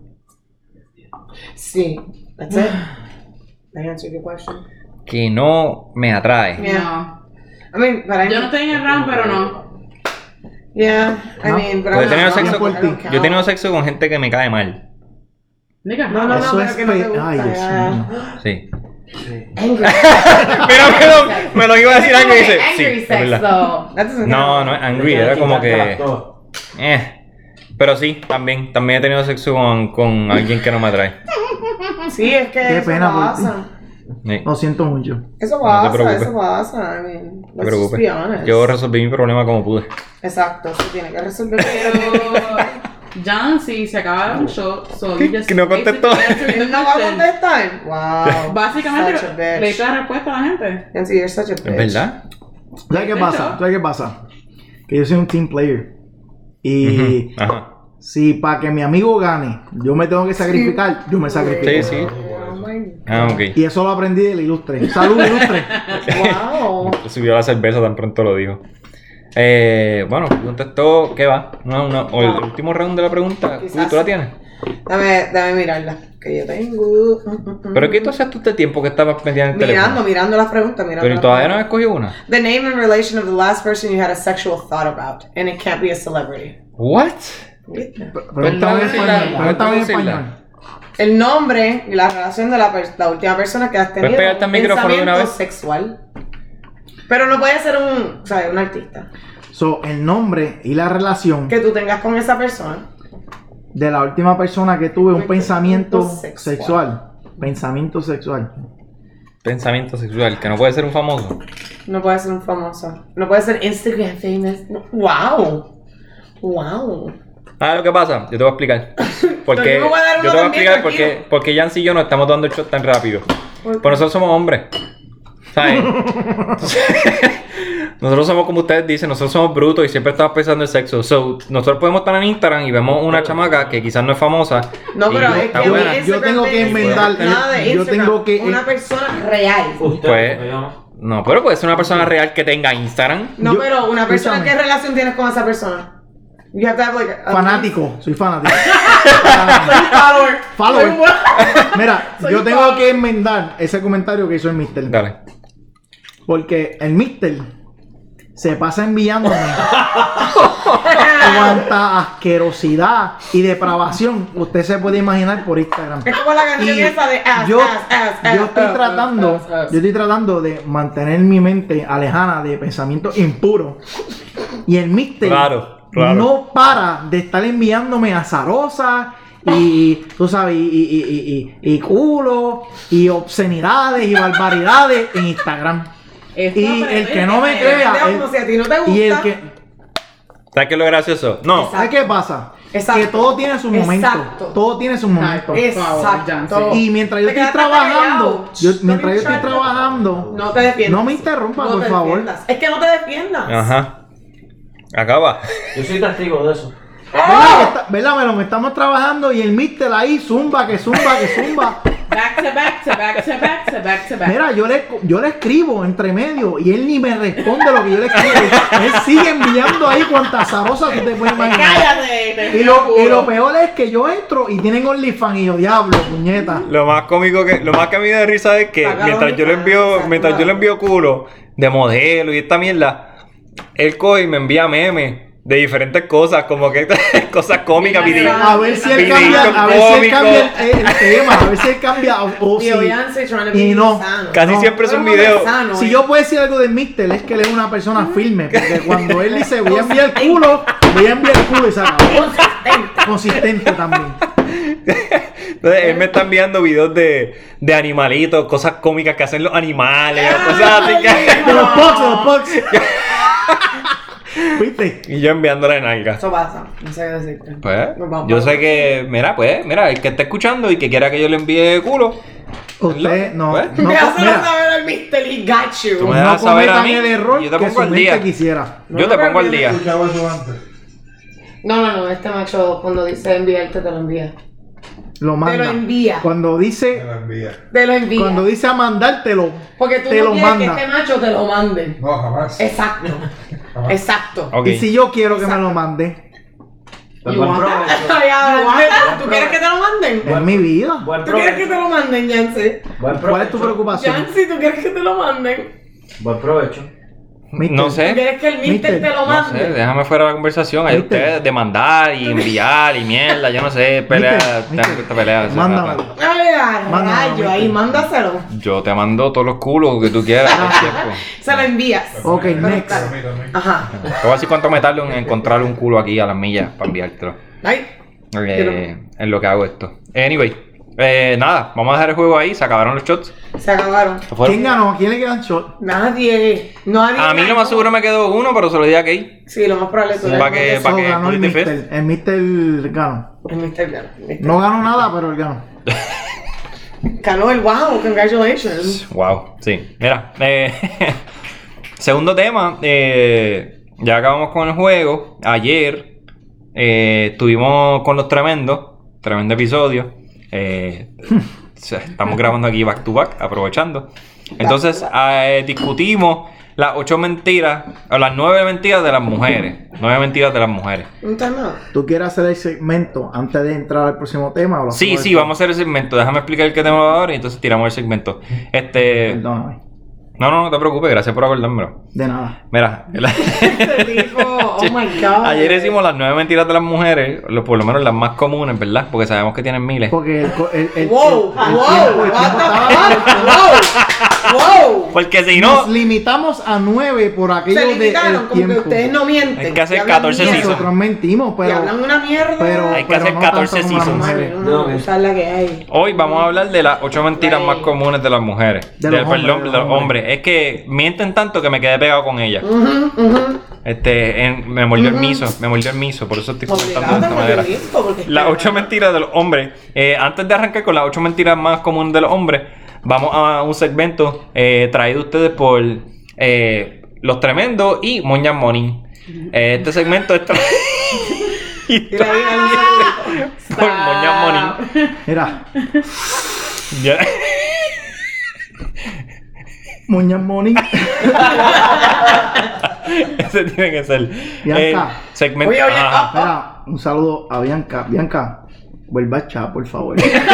Sí. That's it. I answered your question. Que no me atrae. Yeah. No. I mean, but I Yo no estoy en el round, pero no. Yeah, I No. mean, but Pues he I'm tenido not sexo wrong. por I don't ti. count. Yo he tenido sexo con gente que me cae mal. Nigga, No, Eso pero es que no te gusta, Ay, Dios ya. mío. Sí. Angry. Pero me lo iba a decir algo y dice. Sí, Angry es sex, verdad. though. That doesn't No, count. no es angry, era como que. Pero sí, también he tenido sexo con alguien que no me atrae. Sí, es que Qué eso pena por pasa. Sí. Lo siento mucho. Eso te pasa, preocupes. eso pasa. I mean, No te let's just be preocupes. honest. Yo resolví mi problema como pude. Exacto, se tiene que resolver. Pero Jan, si se acaba un shot, Que no contestó. ¿No va a contestar? Wow. Básicamente, Such a le bitch. diste la respuesta a la gente. Nancy, you're such a bitch. ¿Es verdad? ¿Sabes qué pasa? ¿Sabes qué pasa? Que yo soy un team player. Y Ajá. si para que mi amigo gane, yo me tengo que sacrificar, yo me sacrifico. Sí, sí. Oh my Ah, ok. Y eso lo aprendí del ilustre. ¡Salud, ilustre! Wow. Subió la cerveza tan pronto lo dijo. Bueno, contestó, ¿qué va? O el último round de la pregunta, Quizás. ¿tú la tienes? Dame mirarla. Que yo tengo. ¿Pero qué tú haces todo este tiempo que estabas metida en el teléfono? Mirando las preguntas, mirando. Pero las todavía no has preguntas. escogido una. The name and relation of the last person you had a sexual thought about. And it can't be a celebrity. What? ¿Viste? Pregúntame en decirla, español. Pregúntame en decirla. español. El nombre y la relación de la última persona que has tenido. pegarte al micrófono de una pensamiento vez? sexual. Pero no puede ser un artista. So, el nombre y la relación Que tú tengas con esa persona. de la última persona que tuve un pensamiento Sexual. sexual. Pensamiento sexual. Pensamiento sexual, que no puede ser un famoso. No puede ser un famoso. No puede ser Instagram famous. Wow. Wow. Ah, lo que pasa, yo te voy a explicar. Porque, Pero yo me voy a dar yo uno te voy a también, explicar tranquilo. porque Yancy y yo no estamos dando el shot tan rápido. Pues nosotros somos hombres. ¿Sabes? Nosotros somos como ustedes dicen, nosotros somos brutos y siempre estamos pensando en sexo. So, nosotros podemos estar en Instagram y vemos una chamaca que quizás no es famosa. No, y pero es está que buena. Yo tengo que inventar- nada de yo Instagram. tengo que- Una persona real. Pues, no, pero puede ser una persona real que tenga Instagram. No, Yo- pero una persona, escúchame. ¿qué relación tienes con esa persona? You have to have like a Fanático, soy fanático. follower. Follower. Mira, Soy yo un tengo follower. que enmendar ese comentario que hizo el Mister. Dale. Porque el Mister se pasa enviándome cuánta asquerosidad y depravación usted se puede imaginar por Instagram. Es como la canción Y esa de ass, yo, ass, yo estoy tratando, ass. yo estoy tratando de mantener mi mente alejada de pensamientos impuros. Y el Mister Claro. no para de estar enviándome azarosa y tú sabes, y culo, y obscenidades y barbaridades en Instagram. Y el que no me crea, Como si a ti no te gusta. y el que, ¿Sabes qué es lo gracioso? No. ¿sabes qué pasa? Exacto. Que todo tiene su momento. Exacto. Todo tiene su momento. Por favor, Exacto. Y mientras yo Te estoy quedaste trabajando, callado. mientras yo estoy Don't trabajando, No te defiendas. no me interrumpa, No por te favor. defiendas. Es que no te defiendas. Ajá. Acaba. Yo soy testigo de eso. ¿Verdad, Melón? Estamos trabajando y el Mister ahí zumba, que zumba, que zumba. Back to back to back to back to back to back. Mira, yo le escribo entre medio y él ni me responde lo que yo le escribo. Él sigue enviando ahí cuantas zarosas tú te puedes imaginar. Cállate. Y lo peor es que yo entro y tienen OnlyFans y yo, diablo, puñeta. Lo más cómico lo más que a mí me da risa es que Saca mientras yo le envío culo de modelo y esta mierda, él coge y me envía memes de diferentes cosas, como que cosas cómicas, A ver si él videitos cambia, a ver si él cómicos. cambia el tema, a ver si él cambia o si. Tío, Yancy trying to be Y no. sano. Casi No, siempre es un Todo el mundo video. es sano, Si yo puedo decir algo del Mister es que él es una persona firme, porque cuando él dice voy a enviar el culo y se acabó. Consistente también. Entonces, él me está enviando videos de animalitos, cosas cómicas que hacen los animales, cosas así De los pugs. ¿Viste? Y yo enviándole nalga. Eso pasa. No sé qué decirte. Pues, Nos vamos. yo sé que, mira, el que esté escuchando y que quiera que yo le envíe culo, Usted no, Pues. no, Déjaselo mira, saber al Mister, he got Tú you. me no dejas saber a cometan mí el error y yo te que pongo su al mente día. quisiera. Yo te pongo al día. ¿Escuchaba eso antes? No, este macho cuando dice enviarte te lo envía. Lo manda. Te lo envía. Cuando Me dice, la envía. Te lo envía. cuando dice a mandártelo, Porque tú te no lo quieres manda. que este macho te lo mande. No, jamás. Exacto. Jamás. Exacto. Ok. y si yo quiero que me lo mande, Buen You want provecho. Ay, ahora, ¿tú quieres que te lo manden? es mi vida. Buen ¿Tú quieres que te provecho. lo manden, Yancy? Buen ¿Cuál es tu provecho. preocupación? Yancy, ¿tú quieres que te lo manden? Buen provecho. Mister, No ¿Tú sé. quieres que el Mister Mister, te lo No mande? sé, déjame fuera de la conversación. Hay Mister. ustedes demandar y enviar y mierda, yo no sé, pelea, Mister, tengo esta pelea. esa mándamelo. rata. Ay, a Mándamelo, rayo, ahí, Mister. mándaselo. Yo te mando todos los culos que tú quieras. todo el tiempo. Se lo envías. Ok, Pero next. a mí también. Ajá. Te voy a decir cuánto me tardo en encontrar un culo aquí a las millas para enviártelo. Ay. En lo que hago esto. Anyway, Nada, vamos a dejar el juego ahí. Se acabaron los shots. Se acabaron. Se fueron. ¿Quién ganó? ¿A quién le quedan shot? Nadie. A mí lo más seguro me quedó uno, pero se lo di a Kate. Sí, lo más probable es que Pa' que- So, ganó el Split the Mister. El Mister ganó. El Mr. ganó. No ganó nada, pero él ganó. Ganó el wow, congratulations. Wow, sí. Mira, segundo tema. Ya acabamos con el juego. Ayer estuvimos con los tremendos. Tremendo episodio. Estamos grabando aquí back to back, aprovechando. Entonces, discutimos las 8 mentiras, o las 9 mentiras de las mujeres. 9 mentiras de las mujeres. No está nada. ¿Tú quieres hacer el segmento antes de entrar al próximo tema? O lo Sí, hacemos sí, después? vamos a hacer el segmento. Déjame explicar el que tenemos ahora y entonces tiramos el segmento. Perdóname. No te preocupes, gracias por acordármelo. De nada. Mira, Este tipo, oh my god. ayer hicimos las 9 mentiras de las mujeres, por lo menos las más comunes, ¿verdad? Porque sabemos que tienen miles. Porque el Wow, tiempo wow, what estaba- the fuck, wow. Porque si Nos no, limitamos a 9 por aquello Se de limitaron, el como tiempo. que ustedes no mienten. Hay que hacer y hablan 14 mierda. seasons. Nosotros mentimos, Y pero hablan una mierda. Hay que pero hacer no 14 tanto como las seasons. mujeres. No, esa es la que hay. hoy vamos a hablar de las 8 mentiras más comunes de las mujeres. De los hombres, Perdón, de de los los hombres. Es que mienten tanto que me quedé pegado con ellas. Ujú. Me mordió el miso, por eso estoy comentando de esta manera. Las 8 mentiras de los hombres. Antes de arrancar con las 8 mentiras más comunes de los hombres, vamos a un segmento traído ustedes por Los Tremendos y Moñas Monin. Este segmento es Mira, mira, por Moñas Monin. Mira, Ya. Muñoz Moni. Ese tiene que ser. Bianca. Segmento. Oye, Ajá. Mira, un saludo a Bianca. Bianca, vuelva a echar, por favor.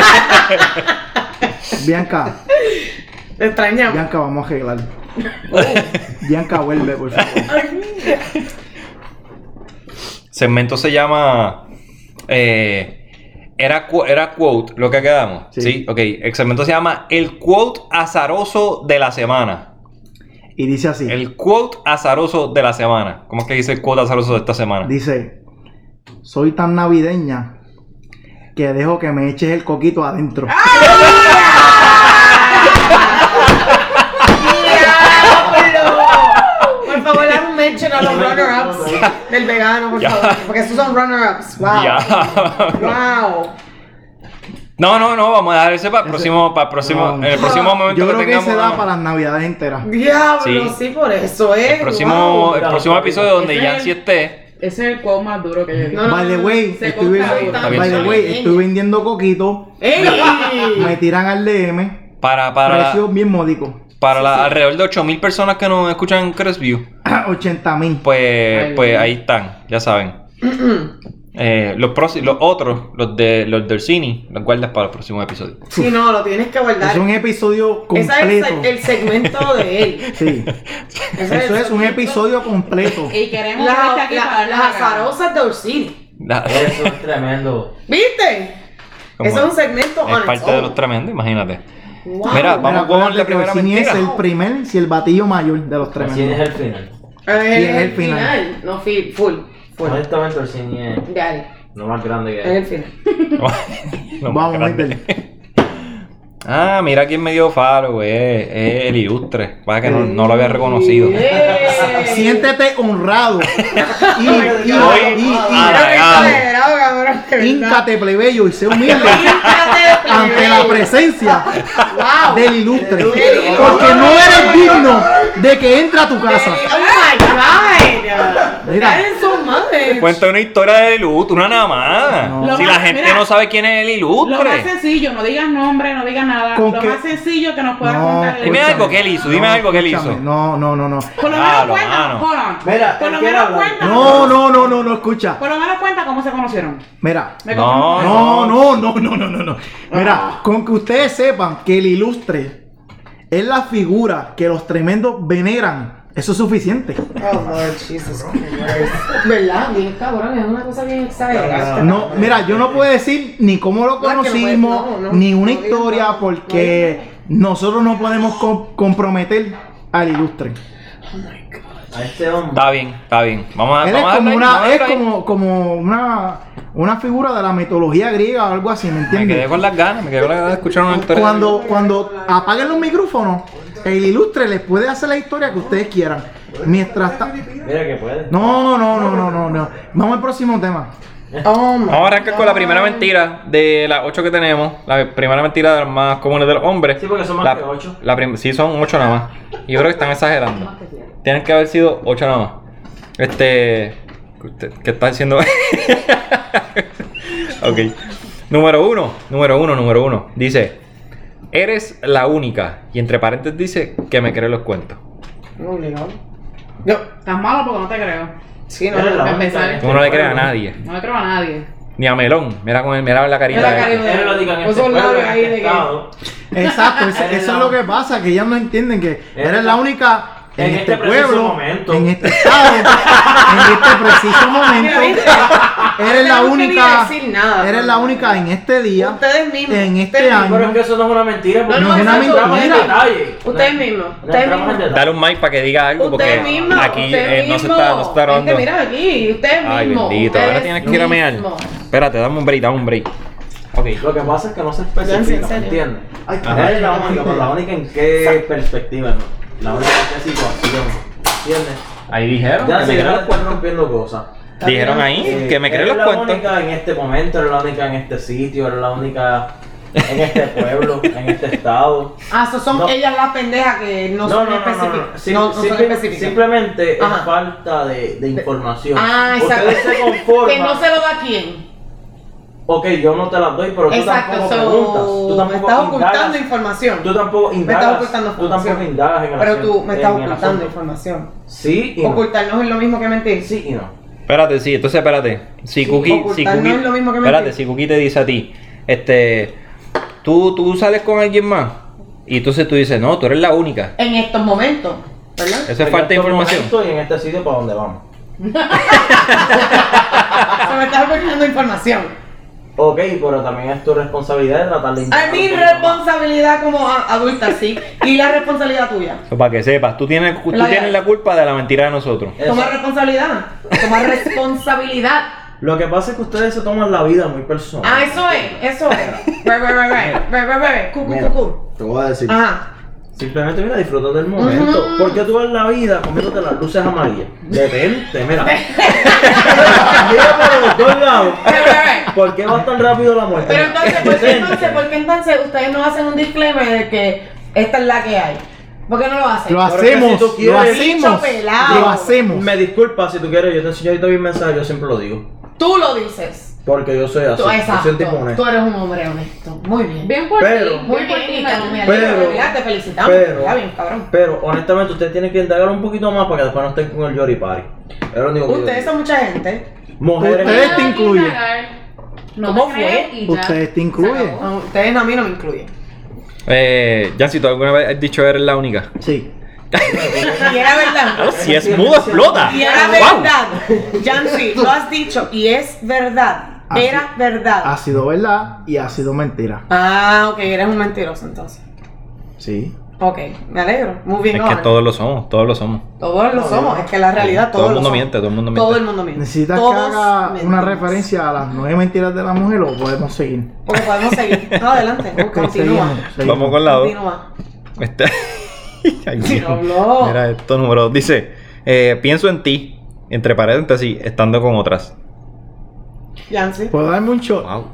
Bianca, Te extrañamos. Bianca, vamos a arreglar. Bianca, vuelve, por favor. Segmento se llama. Era quote lo que quedamos. Sí. Sí, ok. El segmento se llama El quote azaroso de la semana. Y dice así. El quote azaroso de la semana. ¿Cómo es que dice el quote azaroso de esta semana? Dice, soy tan navideña que dejo que me eches el coquito adentro. Por favor, haz un mention a los runner-ups del vegano, por Ya. favor. Porque esos son runner-ups. Wow. Ya. Wow. No, vamos a dejar ese para el próximo, No. en el próximo momento Yo creo que tengamos. se da para las navidades enteras. Diablo, Sí. sí, por eso es. el próximo wow. episodio donde Ese es Yancy esté. Ese es el quote más duro que yo digo. No, no, By the way, se estoy, corta ahí. by the way, Bien. estoy vendiendo coquito. ¡Ey! Me tiran al DM. Para Precio bien módico. alrededor de 8,000 personas que nos escuchan en Crestview. 80,000. Pues ahí están, ya saben. Los otros, los del cine, los guardas para el próximo episodio. Sí, no, lo tienes que guardar. Es un episodio Ese completo. es el segmento de él. Sí. Ese Eso es un segmento. episodio completo. Y queremos verte aquí para darle Las la gana. azarosas de Orsini. Eso es tremendo. ¿Viste? Como Eso es un segmento Es on its parte de own. los tremendos, imagínate. Wow. Mira, vamos con acuérdate la que primera Orsini mentira. es el primer, si el batillo mayor de los Orsini es tremendos. el final. Es es el final. No, full. Honestamente, Orsini es Dale, lo más grande que es hay. el final. Lo más Vamos, grande. Mister. Ah, mira quién me dio follow, es el ilustre. Pasa que no lo había reconocido. Siéntete honrado. Y híncate, plebeyo, y sé humilde ante la presencia Wow. del ilustre. Porque no eres digno de que entre a tu casa. Oh my god. Mira. That is so much. Cuenta una historia del ilustre, una nada más. No. Si Lo la más- gente mira, no sabe quién es el Lo más ilustre. sencillo, no digas nombre, no digas nada. ¿Con Lo qué? más sencillo que nos pueda No, contar el Dime ilustre. algo que él hizo, dime algo que él hizo. Escúchame. No. Por lo menos Claro, cuenta, mano. hold on. Mira, Por lo él quiere menos hablar. cuenta. No, escucha. Por lo menos cuenta cómo se conocieron. Mira. Me No, confirmo. No. Mira, con que ustedes sepan que el ilustre es la figura que los tremendos veneran, eso es suficiente. Oh Lord Jesus Christ. ¿Verdad? Bien cabrón, es una cosa bien exagerada. No, mira, yo no puedo decir ni cómo lo No, es que no conocimos, puede- no, ni una no digas historia, nada, porque nosotros no podemos comprometer al ilustre. Oh my God. A este hombre. Está bien, está bien. Vamos a Él es vamos a como darle ahí, una, vamos a es darle ahí. como una figura de la mitología griega o algo así, ¿me Me quedé entiendes? con las ganas, me quedé con las ganas de escuchar una historia. Cuando apaguen los micrófonos, el ilustre les puede hacer la historia que ustedes quieran. Mientras Mira que puede. No. Vamos al próximo tema. Vamos a arrancar con la primera mentira de las 8 que tenemos. La primera mentira de las más comunes de los hombres. Sí, porque son más que 8. Sí, son 8 nada más. Yo creo que están exagerando. Tienen que haber sido 8 nada más. ¿Qué está diciendo? Ok. Número uno. Dice: eres la única. Y entre paréntesis dice que me cree los cuentos. Obligado. No. Estás malo porque no te creo. Sí, no, Eres la no, única. Tú no le crees a nadie. No le creo a nadie. Ni a Melón. Mira la carita. Mira la de- carita. Eres la única en este Esos pueblo, labios en ahí este de que- estado. Exacto, eso es lo que pasa, que ellas no entienden que eres la única en En este este preciso pueblo, momento. en este estado, en este preciso momento, eres la No tenemos que única, ni decir nada. eres la única en este día, Ustedes mismos. en este ustedes año. Pero es que eso no es una mentira. porque No es una no entramos en mentira. detalle. Ustedes mismos. No Ustedes entramos en mismos. detalle. Dale un mic para que diga algo porque Ustedes mismos. aquí ustedes no se mismos. está grabando. Gente, mira aquí. Ustedes Ay, mismos. bendito, ahora ustedes tienes que ir a mear. mismos. Espérate, dame un break. Ok. Lo que pasa es que no se ¿En especifica, serio? ¿entiendes? Ajá. Eres la única, pero la única en qué perspectiva, ¿no? La única en qué situación, ¿entiendes? Ahí dijeron Ya que si me no creen los estás cuentos. rompiendo cosas. Dijeron ahí que me creen Eres los la cuentos. única en este momento, eres la única en este sitio, eres la única en este pueblo, en este estado. Ah, eso son No. ellas las pendejas que no son específicas. Sim- No son simple- específicas. Simplemente Ajá. es falta de información. Ah, exacto. Ustedes se conforman. Que no se lo da a quién. Ok, yo no te las doy, pero tú Exacto, tampoco so, preguntas. Tú me tampoco estás ocultando indagas. información. Tú tampoco Me indagas. estás ocultando Tú tampoco información. indagas en el Pero asunto- tú me estás en el ocultando asunto. información. Sí y no. Ocultarnos es lo mismo que mentir. Sí y no. Espérate, sí, entonces espérate. Si Cookie, ocultar no es lo mismo que mentir. espérate, si Cookie te dice a ti, tú sales con alguien más y entonces tú dices, no, tú eres la única. En estos momentos, ¿verdad? Eso es falta de información. Estoy en este sitio para donde vamos. Se me estás ocultando información. Ok, pero también es tu responsabilidad de tratar de A indagar mi un poquito más. responsabilidad como adulta, sí. Y la responsabilidad tuya. Eso para que sepas, tú tienes la culpa de la mentira de nosotros. Eso. Toma responsabilidad. Toma responsabilidad. Lo que pasa es que ustedes se toman la vida muy personal. Ah, eso es. Mira, Cu. te voy a decir. Ajá. Simplemente, mira, disfruta del momento. Ujú. ¿Por qué tú ves la vida comiéndote las luces amarillas? Detente, mira. Mira por los dos lados. ¿Por qué va tan rápido la muerte? Pero entonces, ¿por qué Detente. entonces ustedes no hacen un disclaimer de que esta es la que hay? ¿Por qué no lo hacen? Lo Pero hacemos, que si tú lo quieres- hacemos, Bicho pelado. lo hacemos. Me disculpa si tú quieres, yo te enseño ahorita mi mensaje, yo siempre lo digo. Tú lo dices. Porque yo soy así. Tú, Yo soy un tipo exacto. honesto. Tú eres un hombre honesto. Muy bien. Bien por Pero- ti. Muy bien por bien, ti, me Melón. alegro, Pero- de verdad, te felicitamos. pero- Ya bien, cabrón. Pero honestamente usted tiene que indagar un poquito más para que después no estén con el Yori Party. Es lo único que yo Ustedes digo. son mucha gente. Mujeres. Ustedes te incluyen. No ¿Cómo me fue? crees y ya. Ustedes te incluyen. No, ustedes a mí no me incluyen. Jancy, ¿tú alguna vez has dicho eres la única? Sí. Y era verdad. Si es mudo, explota. Y era ¡Wow! verdad. Jancy, lo has dicho y es verdad. Así- Era verdad. Ha sido verdad y ha sido mentira. Ah, ok, eres un mentiroso entonces. Sí. Ok, me alegro. Muy bien, Es que todos lo somos. Todos lo somos. Es que la realidad Todo todos el lo mundo somos. miente, todo el mundo Todo miente. el mundo miente. ¿Necesitas que Todos haga una mentimos. referencia a las 9 mentiras de la mujer o podemos seguir? Porque podemos seguir. No, adelante. Ok, Continúa. seguimos. Vamos con la 2. Continúa. Ay, Dios. Habló. Mira esto número 2. Dice, pienso en ti, entre paréntesis, estando con otras. Jancy. ¿Puedo darme un shot? Wow.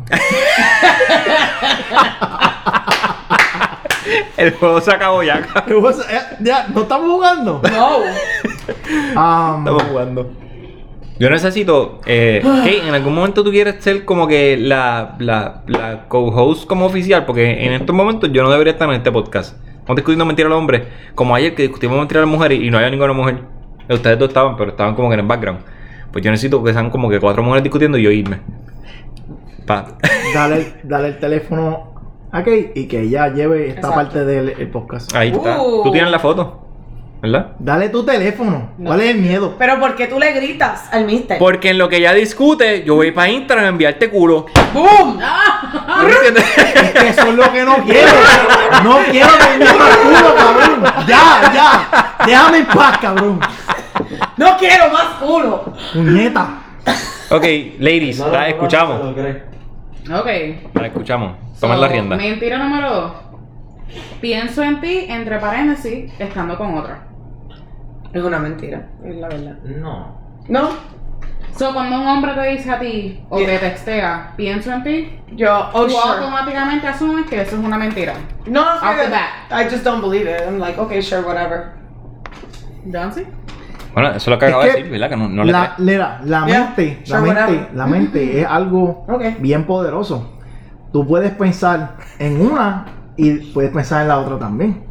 El juego se acabó ya, cabrón. Ya, ¿no estamos jugando? No. Estamos jugando. Yo necesito que en algún momento tú quieres ser como que la co-host como oficial, porque en estos momentos yo no debería estar en este podcast. Estamos discutiendo mentira a los hombres, como ayer que discutimos mentira a las mujeres y no había ninguna mujer. Ustedes dos estaban, pero estaban como que en el background. Pues yo necesito que sean como que 4 mujeres discutiendo y yo irme. Dale el teléfono a Kate y que ella lleve esta Exacto. parte del el podcast. Ahí está. Tú tienes la foto, ¿verdad? Dale tu teléfono. ¿Cuál es el miedo? Pero ¿por qué tú le gritas al mister? Porque en lo que ella discute, yo voy para Instagram a enviarte culo. ¡Boom! ¿No entiendes? Es que eso es lo que no quiero. No quiero que me metas culo, cabrón. Ya. Déjame en paz, cabrón. No quiero más culo. Puñeta. Ok, ladies, No, la escuchamos. no lo crees. Ok. La escuchamos. Tomen la rienda. Mentira número 2. Pienso en ti, entre paréntesis, estando con otra. Es una mentira, es la verdad. No. No, So, cuando un hombre te dice a ti o te textea, pienso en ti, yo, oh tú sure. automáticamente asumes que eso es una mentira. No, Off the I bat. just don't believe it. I'm like, okay, sure, whatever. ¿Jancy? Bueno, eso es lo que acabo de Es que decir, ¿verdad? Que no le la, mira, la Yeah, mente, sure, whatever. la mente es algo Okay. bien poderoso. Tú puedes pensar en una y puedes pensar en la otra también.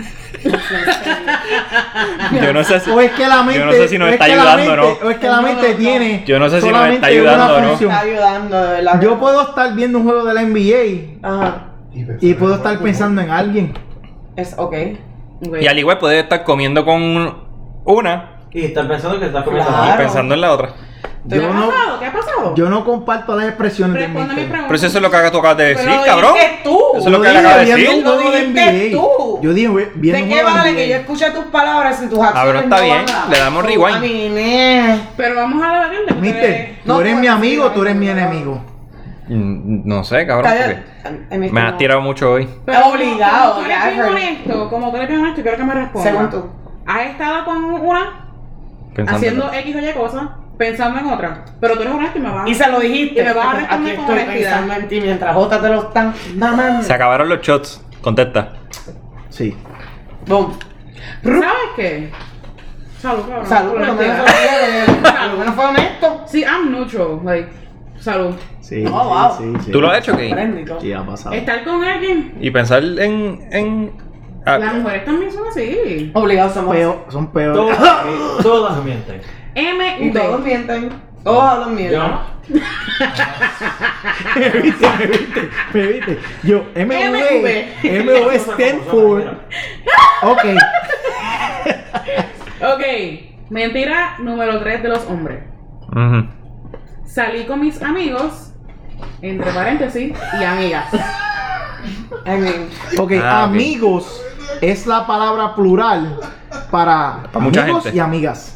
Yo no sé si... O es que la mente, Yo no sé si nos o es está que la ayudando o mente- no. O es que la mente tiene Yo no sé si nos solamente está ayudando una o no. función. Está ayudando, de verdad. Yo puedo estar viendo un juego de la NBA Ajá, y puedo estar pensando en alguien. es okay. Y al igual puedes estar comiendo con una Y estás pensando que estás comiendo Claro. y pensando en la otra. ¿Qué Yo ha no, pasado? ¿Qué ha pasado? yo no comparto las expresiones de Responde mi mente. pregunta. Pero si eso es lo que tú acabas de decir, Pero lo cabrón. dijiste tú. Eso es lo que Yo le acabo de dije decir. viendo un Lo juego de dijiste NBA. tú. Yo dije viendo ¿De un qué juego de vale NBA. que yo escuche tus palabras y tus acciones? pero está no bien, van a- le damos rewind. A mí, Pero vamos a debatir de Mister, No tú eres mi puedes amigo o decir tú eres mi algo, enemigo. No sé, cabrón. Porque me has tirado mucho hoy. Obligado, Como tú eres bien Gafford. honesto, como tú eres bien honesto, quiero que me respondas. Según tú. ¿Has estado con una Pensando. haciendo X o Y cosas, pensando en otra? Pero tú eres honesto y me vas Y se lo dijiste. Y me vas a Aquí responder con estoy honestidad. pensando en ti mientras otras te lo están mamando. Se acabaron los shots. Contesta. Sí. Boom. ¿Sabes qué? Salud, cabrón. Salud, por lo menos fue honesto. Sí, I'm neutral, like, salud. Sí, Oh, wow. sí. ¿Tú lo has hecho, Key? Bendito. Sí, ha pasado. Estar con alguien, Y pensar en las mujeres también son así. Obligados somos. Son peores. Todas mienten. Y todos MV. mienten. Todos hablan Yo mierda. no. me viste. Yo, MV stand for. Ok. Ok, mentira número 3 de los hombres. Ujú. Salí con mis amigos, entre paréntesis, y amigas. I mean, Ok, Ah, ok. amigos es la palabra plural para mucha amigos gente. y amigas.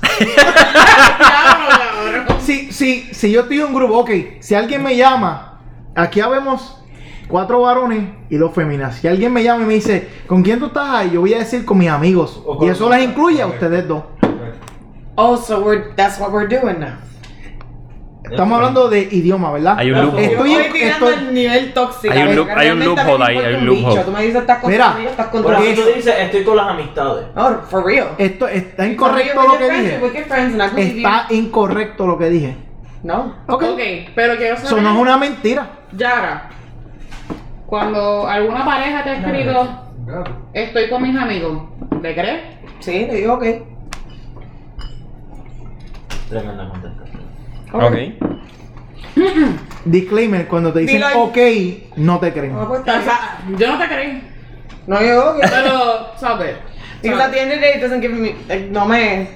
Cabrón. Si yo estoy en un grupo, ok, si alguien me llama, aquí habemos 4 varones y 2 féminas. Si alguien me llama y me dice, ¿con quién tú estás ahí? Yo voy a decir con mis amigos. O con Y eso los- les incluye a ustedes dos. oh, so that's what we're doing now. Estamos hablando de idioma, ¿verdad? Hay un loop. Estoy Yo en- estoy tirando estoy- el nivel tóxico. Hay un loop- porque hay un realmente loophole a mí me ahí, hay importa un un bicho. loophole. Tú me dices, estás con Mira, tus amigos, estás con Por tus eso amigos. tú dices, estoy con las amistades. Oh, for real. Esto está For incorrecto real, lo with que your friends, dije. with your friends, and I believe Está incorrecto lo que dije. you. No. Ok. Ok, pero quiero Eso saber, no es una mentira. Yara, cuando alguna pareja te ha escrito, estoy con mis amigos, ¿le crees? Sí, le digo ok. Tremenda contestación. Ok. Disclaimer, cuando te dicen Dilo ahí. ok, no te creen. No, pues, O sea, yo no te creí, no, yo ok. pero, ¿sabes? Because at the end of the day, it doesn't give me, like, no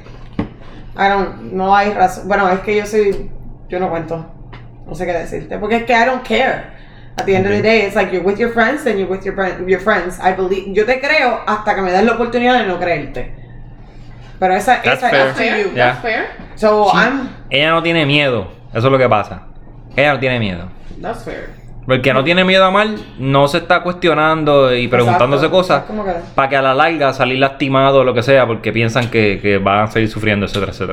hay razón. Bueno, es que yo no cuento. No sé qué decirte. Porque es que I don't care. At the end of the day, it's like you're with your friends and you're with your friends. I believe, yo te creo hasta que me des la oportunidad de no creerte. Pero esa That's up fair. to you. Yeah. That's fair. So I'm Ella no tiene miedo. Eso es lo que pasa. Ella no tiene miedo. That's fair. Porque no tiene miedo a mal, no se está cuestionando y preguntándose Exacto. cosas Es como que- para que a la larga salir lastimado o lo que sea, porque piensan que van a seguir sufriendo, etcétera, etcétera.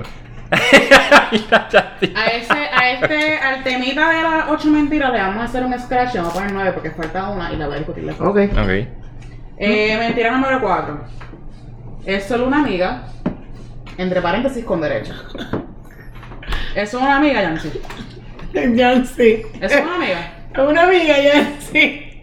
Al temita de las 8 mentiras le vamos a hacer un scratch, le vamos a poner 9 porque falta una y la voy a discutir después. Ok. Ok. Mentira número 4. Es solo una amiga, entre paréntesis con derecho. Es una amiga, Yancy. Yancy. Es una amiga. Una amiga, Yancy.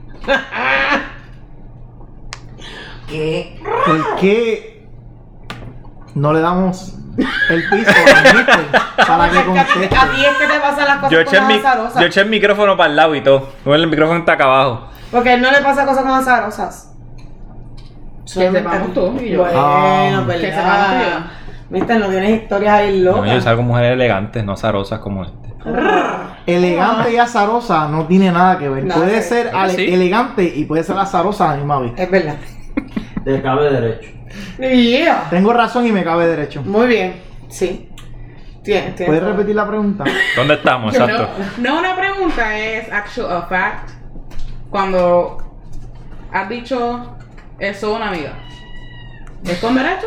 ¿Qué? ¿Por qué no le damos el piso al mister para que conteste? A ti es que te pasan las cosas Yo eché, con azarosas. yo eché el micrófono para el lado y todo. El micrófono está acá abajo. Porque a él no le pasa cosas con azarosas. Que sepamos tú y yo. Bueno, Ah. ¿verdad? Que sepamos tú y yo. Mister, no tienes historias ahí No, locas. yo salgo mujeres elegantes, no zarosas como este. Elegante y azarosa no tiene nada que ver. Nada Puede que ser ver. Sí. elegante y puede ser azarosa a la misma vez. Es verdad. Te cabe derecho. Yeah. Tengo razón y me cabe derecho. Muy bien. Sí. Tienes ¿Puedes todo. repetir la pregunta? ¿Dónde estamos? Exacto. No una pregunta, es actual a fact. Cuando has dicho eso a una amiga, ¿es con derecho?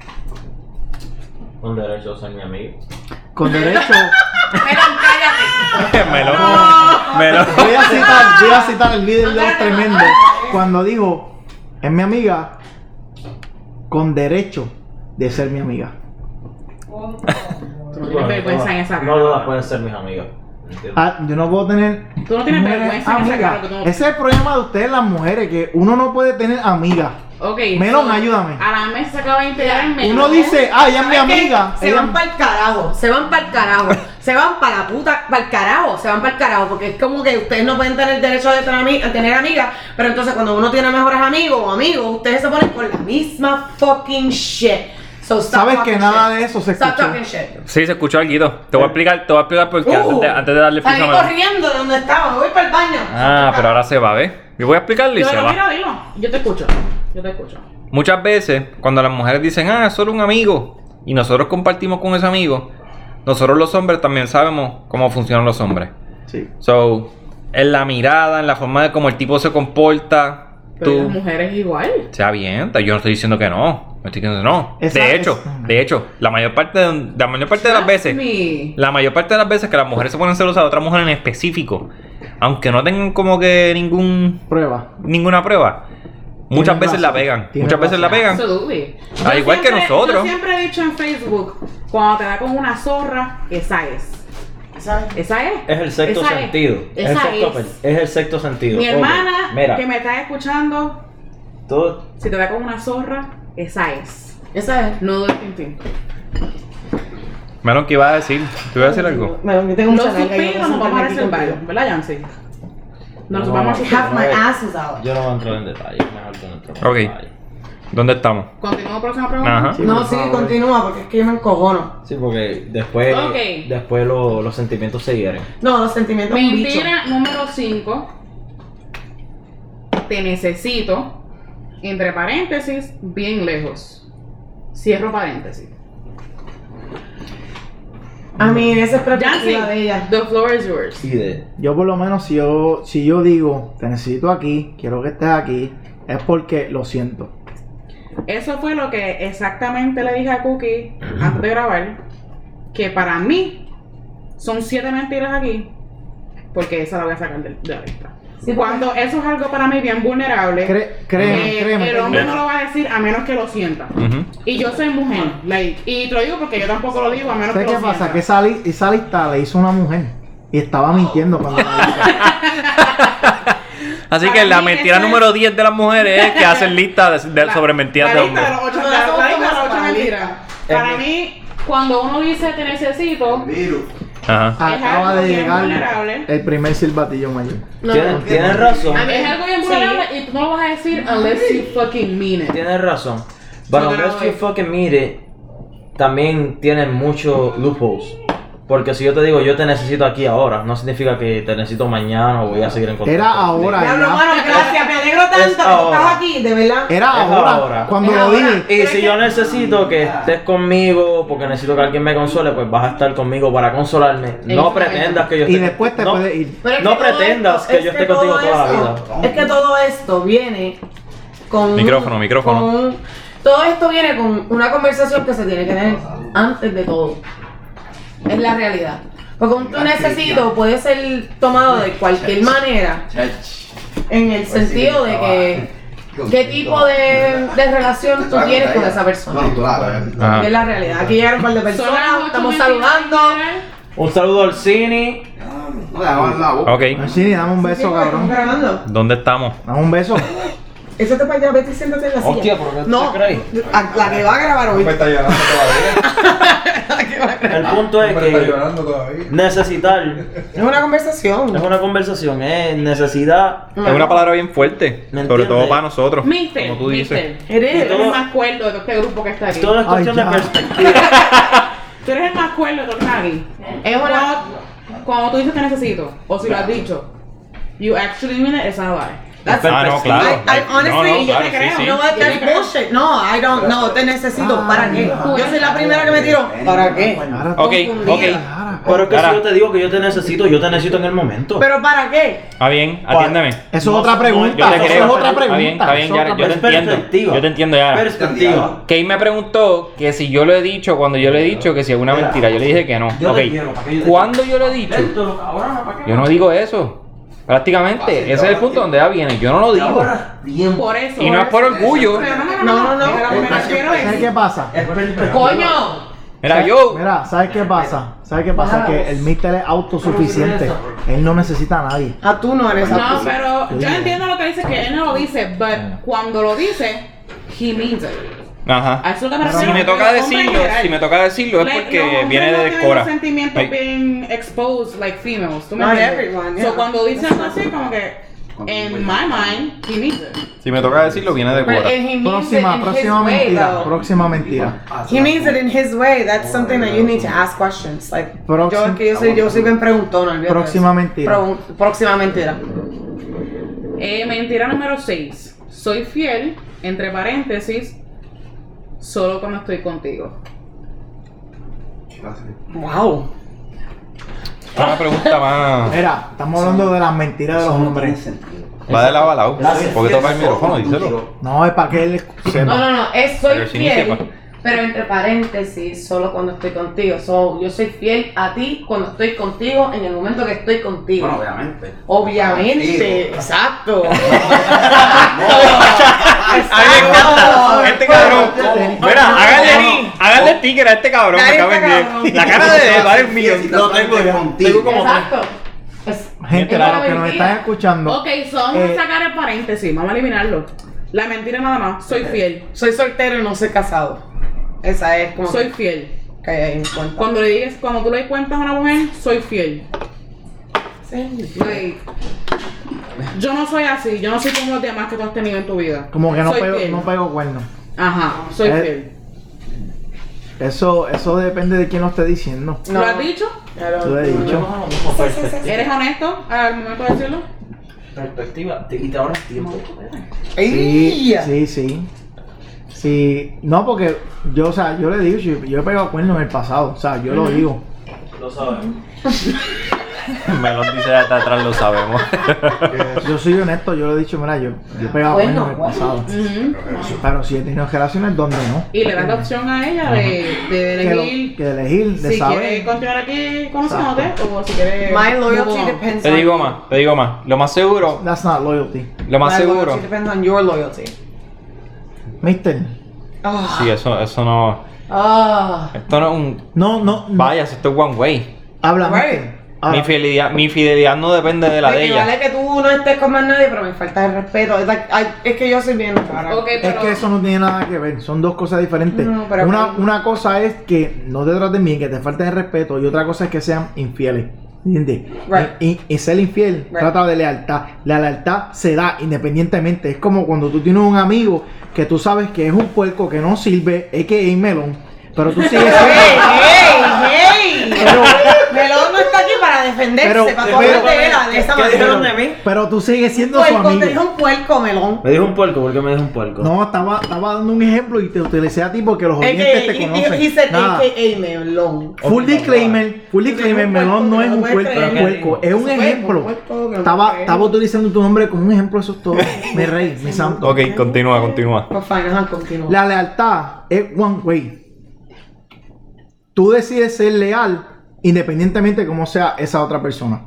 Con derecho a ser mi amigo. Con derecho. Cállate. me lo. Voy a citar el líder de los tremendos cuando dijo, es mi amiga con derecho de ser mi amiga. Tú no tienes vergüenza en esa cara. No todas pueden ser mis amigas. ¿Entiendes? Ah, yo no puedo tener. Tú no tienes mujeres vergüenza en esa amigas. cara que tú no- Ese es el problema de ustedes, las mujeres, que uno no puede tener amigas. Ok. Melón, so, ayúdame. A la mesa se acaba de integrar el melón. Uno dice, ella es mi ¿Sabes qué? amiga. Se van para el carajo, se van para el carajo, se van para la puta, para el carajo, se van para el carajo, porque es como que ustedes no pueden tener derecho de tener amigas, pero entonces cuando uno tiene mejores amigos o amigos, ustedes se ponen con la misma fucking shit. So stop Sabes talking que nada shit. de eso se Stop escuchó. talking shit. Sí, se escuchó algo. Te voy a explicar por qué antes de darle piso Salí a Melón. corriendo de donde estaba, me voy para el baño. Ah, pero ahora se va, ¿ves? Yo voy a explicarle y se Pero va. mira, dilo. Yo te escucho. Yo te escucho. Muchas veces, cuando las mujeres dicen, es solo un amigo, y nosotros compartimos con ese amigo, nosotros los hombres también sabemos cómo funcionan los hombres. Sí. So, en la mirada, en la forma de cómo el tipo se comporta, Pero las tú... mujeres igual. Sea bien, yo no estoy diciendo que no. No estoy diciendo que no. Esa De hecho, la mayor parte de las veces, Me. la mayor parte de las veces que las mujeres se ponen celosas de otra mujer en específico, aunque no tengan como que ninguna prueba, muchas veces razón. la pegan. Tienes Muchas veces la razón. pegan. Absolutely. Al igual que nosotros. Yo siempre he dicho en Facebook, cuando te da con una zorra, esa es. ¿Sabes? Esa es. Es el sexto Esa sentido. Es. Esa Es el sexto sentido. Mi Ok, hermana, mira, que me está escuchando, todo, si te da con una zorra, esa es. Esa es. No del tintín. Melón, ¿qué iba a decir? ¿Te iba a decir algo? Yo tengo Los mucha nalga, yo suspiros puedo nos vamos a sentarme aquí reservar, contigo. ¿verdad, Yancy? Nos No. vamos a reservar. Half my ass is out. yo no voy a entrar en detalle. Mejor que no entre en Ok. detalle. ¿Dónde estamos? Continuamos próxima pregunta. Ajá. Sí, No, por sí, favor. continúa, porque es que yo me encojono. Sí, porque después, Ok. después los sentimientos se hieren. No, los sentimientos son un bicho. Mentira número 5. Te necesito. Entre paréntesis, bien lejos. Cierro paréntesis. A mí, esa es Yancy, perspectiva de ella. the floor is yours. Y de. Yo por lo menos si yo digo, te necesito aquí, quiero que estés aquí, es porque lo siento. Eso fue lo que exactamente le dije a Cookie antes de grabar. Que para mí son 7 mentiras aquí. Porque esa la voy a sacar de la lista. Sí, Cuando eso es algo para mí bien vulnerable, Créeme. el hombre no lo va a decir a menos que lo sienta. Ujú. Y yo soy mujer, like, y te lo digo porque yo tampoco lo digo a menos ¿Sabes que qué lo pasa? sienta. Que esa lista la hizo una mujer y estaba mintiendo cuando la hizo. Así Para que la mí mentira esa es- número 10 de las mujeres es que hacen listas sobre mentiras de La lista hombres. de los 8 No, la lista de los 8 la mentiras. lista. Para mí, cuando uno dice te necesito, Virus. Ajá. Acaba algo de bien llegar vulnerable. el primer silbatillo mayor. No, Tienes razón. A mí- es algo bien Sí. vulnerable y tú no lo vas a decir unless you fucking mean it. Tienes razón. But So, unless no, you fucking meet it, también tienen muchos loopholes. Porque si yo te digo yo te necesito aquí ahora, no significa que te necesito mañana o voy a seguir en contacto. Era ahora. Diablo, ya. mano, gracias, me alegro tanto que tú ahora. estás aquí, de verdad. Era Es ahora. ahora. Cuando Es lo ahora. dije. Y si yo necesito que estés conmigo porque necesito que alguien me console, pues vas a estar conmigo para consolarme. No Exacto. pretendas que yo Y esté después te no, puedes ir. Pero es No que todo pretendas esto- que es yo esté contigo todo toda la esto- Es que todo esto viene con... Micrófono. Todo esto viene con una conversación que se tiene que tener antes de todo. Es la realidad. Porque un tu necesito puede ser tomado de cualquier manera. En el sentido de que... ¿Qué tipo de relación tú tienes con esa persona? Ajá. Es la realidad. Aquí llegaron un par de Son las personas, 8 estamos mentiras saludando. vulnerables. Un saludo al Cine. Ok. Sí, dame un beso, ¿Estamos cabrón. grabando? ¿Dónde estamos? Dame un beso. Échate para allá, vete y siéntate en la silla. Hostia, ¿por qué No, te crees? la que va a grabar hoy. Me está llorando todavía. El punto es Me está que llorando todavía. necesitar Es una conversación. es una conversación, es necesidad. Es una palabra bien fuerte. ¿Me Sobre todo entiendes? para nosotros. Mister, Como tú dices. Mister. Eres- Tú eres todo- el más cuerdo de todo este grupo que está aquí. Todo es cuestión Ay, de ya. perspectiva. Tú eres el más cuerdo de todo el que está aquí. Es una... Cuando tú dices te necesito, o si lo has dicho, you actually mean it, it's not a lie. That's no, claro. I honestly, claro, te creo, sí, sí. no, that's bullshit. No, I don't. No, te necesito. ¿Para qué? Yo soy la primera que me tiro. ¿Para qué? Ahora, Ok, Confundida. Pero es que Cara. si yo te digo que yo te necesito en el momento. ¿Pero para qué? Está bien, atiéndeme. Eso es No, otra no, pregunta. Yo te Eso creo. es otra Está pregunta. bien, Eso es ya, otra yo te pregunta. entiendo. perspectiva. Yo te entiendo ya. Perspectiva. Kate me preguntó que si yo lo he dicho, cuando yo le he dicho que si es una mentira, yo le dije que no. Yo Ok, te quiero, ¿para qué yo te ¿cuándo yo lo he dicho? Esto, cabrón, ¿para qué? Yo no digo eso. Prácticamente, ese es el punto donde ya viene. Yo no lo digo. Ahora, tiempo. Por eso. Y no es por orgullo. Pero No. Me refiero ¿Sabes a qué pasa? Es perspectiva. ¡Coño! Mira, yo. Mira, ¿sabes qué pasa? ¿Sabes qué pasa? Que el Mister es autosuficiente. Él no necesita a nadie. Ah, tú no eres No, así. pero yo entiendo lo que dice, que él no lo dice, pero cuando lo dice, he means it. Ajá. A eso es lo que me Si refiero. me toca Los hombres en decirlo, general. si me toca decirlo es Like, porque los hombres viene no de tienen Cora. los sentimientos Like, bien exposed like females. ¿Tú me Not entiendes? everyone, So yeah. cuando dicen algo así, como que in my mind, he means it. si me toca decirlo, viene de But Cora. and he means it Próxima in his way, mentira. though. Próxima mentira. He means it in his way. That's something that you need to ask questions. Like, yo soy bien preguntona. olvídate de Próxima eso. mentira. Próxima mentira. Mentira número 6. Soy fiel, entre paréntesis, solo cuando estoy contigo. Wow. Es una pregunta más. Mira, estamos hablando de las mentiras de los hombres. Va de lado a lado. ¿Por qué toca el micrófono? Díselo. No, es para que él sepa. No, es soy Pero si ni fiel, sepa. pero entre paréntesis, solo cuando estoy contigo. So, yo soy fiel a ti cuando estoy contigo, en el momento que estoy contigo. Bueno, obviamente. Obviamente, exacto. A mí me encanta. Este cabrón. Mira, háganle sticker a este cabrón. Me Dale, cago en este 10. cabrón. La cara de él vale un millón. Lo tengo ya. Tengo como Exacto. Gente, Es para una los que nos mentira. están escuchando. Ok, so vamos Eh, a sacar el paréntesis, vamos a eliminarlo. La mentira nada más, soy fiel. Soy soltero y no soy casado. Esa es como Soy fiel. que hay en cuenta. Cuando tú le cuentas a una mujer, soy fiel. Sí. Like, yo no soy así, yo no soy como los demás que tú has tenido en tu vida. Como que no Soy pego, fiel. no pego cuernos. Ajá, soy Eh, fiel. Eso depende de quién lo esté diciendo. No. ¿Lo has dicho? Claro. Tú lo has dicho. ¿Eres honesto al momento de decirlo? Perspectiva. Y ahora es tiempo. Sí, sí. Sí, no, porque yo, o sea, yo le digo, yo he pegado cuernos en el pasado, o sea, yo lo digo. Lo sabemos. Melón dice hasta atrás, lo sabemos. Yo soy honesto, yo le he dicho, mira, yo he pegado cuernos en el pasado. Ujú. Pero si he tenido relaciones donde no. Y le das la opción a ella de elegir Que elegir, de si saber. quiere continuar aquí conociéndote o si quiere. My loyalty move on. depends Te on digo más. Lo más seguro, That's not loyalty. lo más My seguro. loyalty depends on your loyalty. Mister. Ah. Sí, eso no. Ah. Esto no es un. No. Vaya, esto es one way. Habla, Right. mister. Habla. Mi fidelidad no depende de la de Que ella. vale que tú no estés con más nadie, pero me falta el respeto. Es que yo soy bien rara. Ok, Es pero. que eso no tiene nada que ver, son dos cosas diferentes. No, pero ok. Una cosa es que no te traten bien, que te falten el respeto, y otra cosa es que sean infieles. ¿Entiendes? Right. Y ser infiel Right. trata de lealtad. La lealtad se da independientemente. Es como cuando tú tienes un amigo que tú sabes que es un puerco que no sirve, a.k.a. melón, pero tú sigues siendo... ¡Hey! Melón no está aquí para defenderse, Pero- para pero- coger de él de esa ¿Qué dijeron manera. de mí? Pero tú sigues siendo su Puerco, te amigo. dijo un puerco, Melón. Me dijo un puerco, ¿por qué me dijo un puerco? No, estaba dando un ejemplo y te utilicé a ti porque los oyentes te conocen. He said Nada. AKA Melón. Full disclaimer, melón no es un puerco, es un ejemplo. Estaba utilizando tu nombre como un ejemplo, eso es todo. Mi rey, mi santo. Ok, continúa. Pues fine, ajá, continúa. La lealtad es one way. Tú decides ser leal independientemente de cómo sea esa otra persona.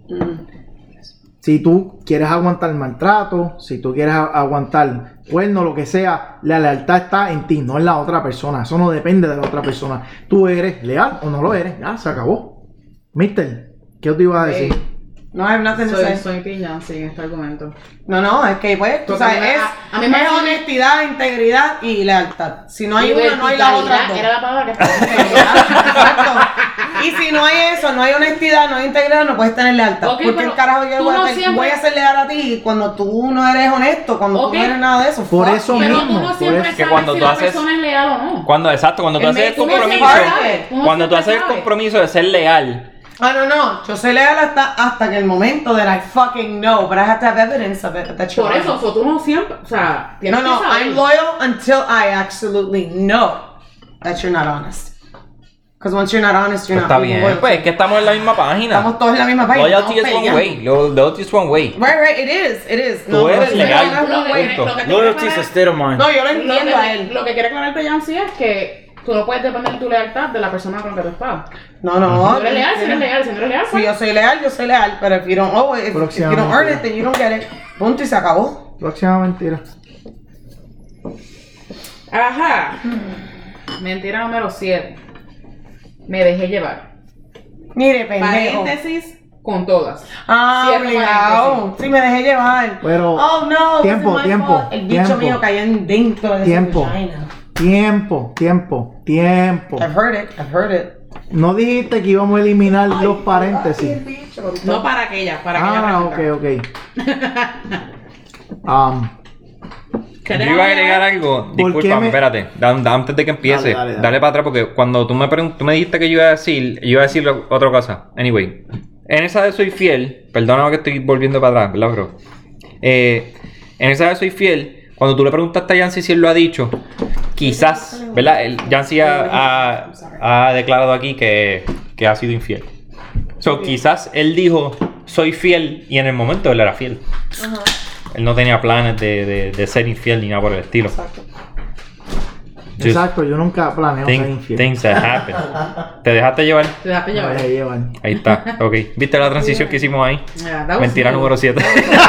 Si tú quieres aguantar maltrato, si tú quieres aguantar cuerno, lo que sea, la lealtad está en ti, no en la otra persona. Eso no depende de la otra persona. Tú eres leal o no lo eres. Ya, se acabó. Mister, ¿qué te iba a decir? No hay nothing to say. Soy piña, sí, en este argumento. No, es que pues, tú Porque sabes, a mí me es hace- honestidad, integridad y lealtad. Si no hay una, no hay las otras dos. Era la palabra que estaba Exacto. Y si no hay eso, no hay honestidad, no hay integridad, no puedes tener lealtad. Ok, Porque pero el carajo yo tú voy, no a siempre- voy a ser leal a ti cuando tú no eres honesto, cuando Ok. tú no eres nada de eso. Por Fuck eso you. Pero mismo, tú no por siempre eso. sabes Que cuando si tú la haces- persona es leal o no. Cuando tú haces el Tú no compromiso, siempre sabes, tú no cuando tú haces el siempre compromiso de ser leal, No. Yo soy leal hasta que el momento that I fucking know, but I have to have evidence of it. That Por eso, tú no siempre, o sea, tienes que saber. I'm loyal until I absolutely know that you're not honest. Because once you're not honest, you're Pues not está being bien, loyal. pues es que estamos en la misma página. Estamos todos en la misma página. Loyalty is estamos one peleando. way. Loyalty is one way. Right, it is. Tú eres pero legal. no es one way. Punto. Loyalty is a state of mind. No, yo lo Lo entiendo a él. que quiere aclararte, Yancy, es que tú no puedes depender de tu lealtad de la persona con la que tú estás. No. Si eres leal, si eres leal, si no eres leal, Si pues. yo soy leal, pero if you don't owe it, if you don't earn it, then you don't get it. Punto y se acabó. Próxima mentira. Ajá. Mentira número 7. Me dejé llevar. Mire, pendejo. Paréntesis con todas. Ah, obligado. Sí, me dejé llevar. Pero, Oh no, this tiempo, is my tiempo, fault. El bicho tiempo. mío cayó dentro de Tiempo. su vagina. Tiempo. I've heard it. No dijiste que íbamos a eliminar los paréntesis. No para aquella, para aquella Ah, pregunta. ok. Yo iba a agregar algo, ¿Por qué disculpa, me- espérate, antes de que empiece, Dale. dale para atrás porque cuando tú me dijiste que yo iba a decir otra cosa. Anyway, en esa de soy fiel, perdóname que estoy volviendo para atrás, ¿verdad, bro? En esa de soy fiel, cuando tú le preguntaste a Yancy si él lo ha dicho, quizás, ¿verdad? Yancy ha declarado aquí que ha sido infiel. So, quizás él dijo, soy fiel, y en el momento él era fiel. Él no tenía planes de ser infiel ni nada por el estilo. Exacto, yo nunca planeo ser infiel. Things that happen. ¿Te dejaste llevar? Te dejaste Me llevar. dejé llevar. Ahí está, ok. ¿Viste la transición que hicimos ahí? Yeah, that was Mentira smooth. número 7.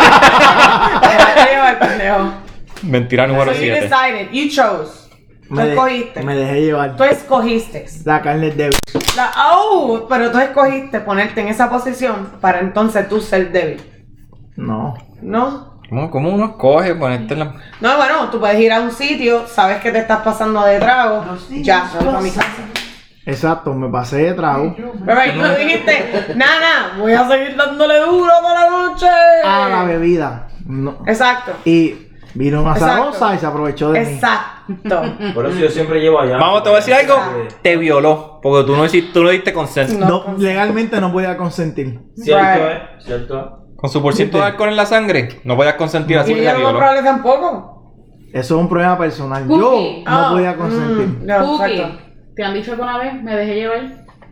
Déjate llevar, pendejo. Mentira número So you 7. decided, you chose. Tú escogiste. Me dejé llevar. Tú escogiste. La carne es débil. Pero tú escogiste ponerte en esa posición para entonces tú ser débil. No. ¿No? ¿Cómo uno escoge ponerte en la... No, bueno, tú puedes ir a un sitio, sabes que te estás pasando de trago, ya, me voy para mi casa. Exacto, me pasé de trago. Pero ahí no dijiste, nada, voy a seguir dándole duro toda la noche. A la bebida. No. Exacto. Y vino una Exacto. zarosa y se aprovechó de mí. Exacto. Por eso yo siempre llevo allá. Vamos, te voy a decir algo. Te violó. Porque tú no diste consent. No, legalmente no podía consentir. Cierto. Con su porciento de alcohol en la sangre, no podías consentir así Y que ella te no va a violó. probarle tampoco. Eso es un problema personal. Cookie. Yo no Ah, podía consentir. No, Cookie, exacto. ¿te han dicho alguna vez me dejé llevar?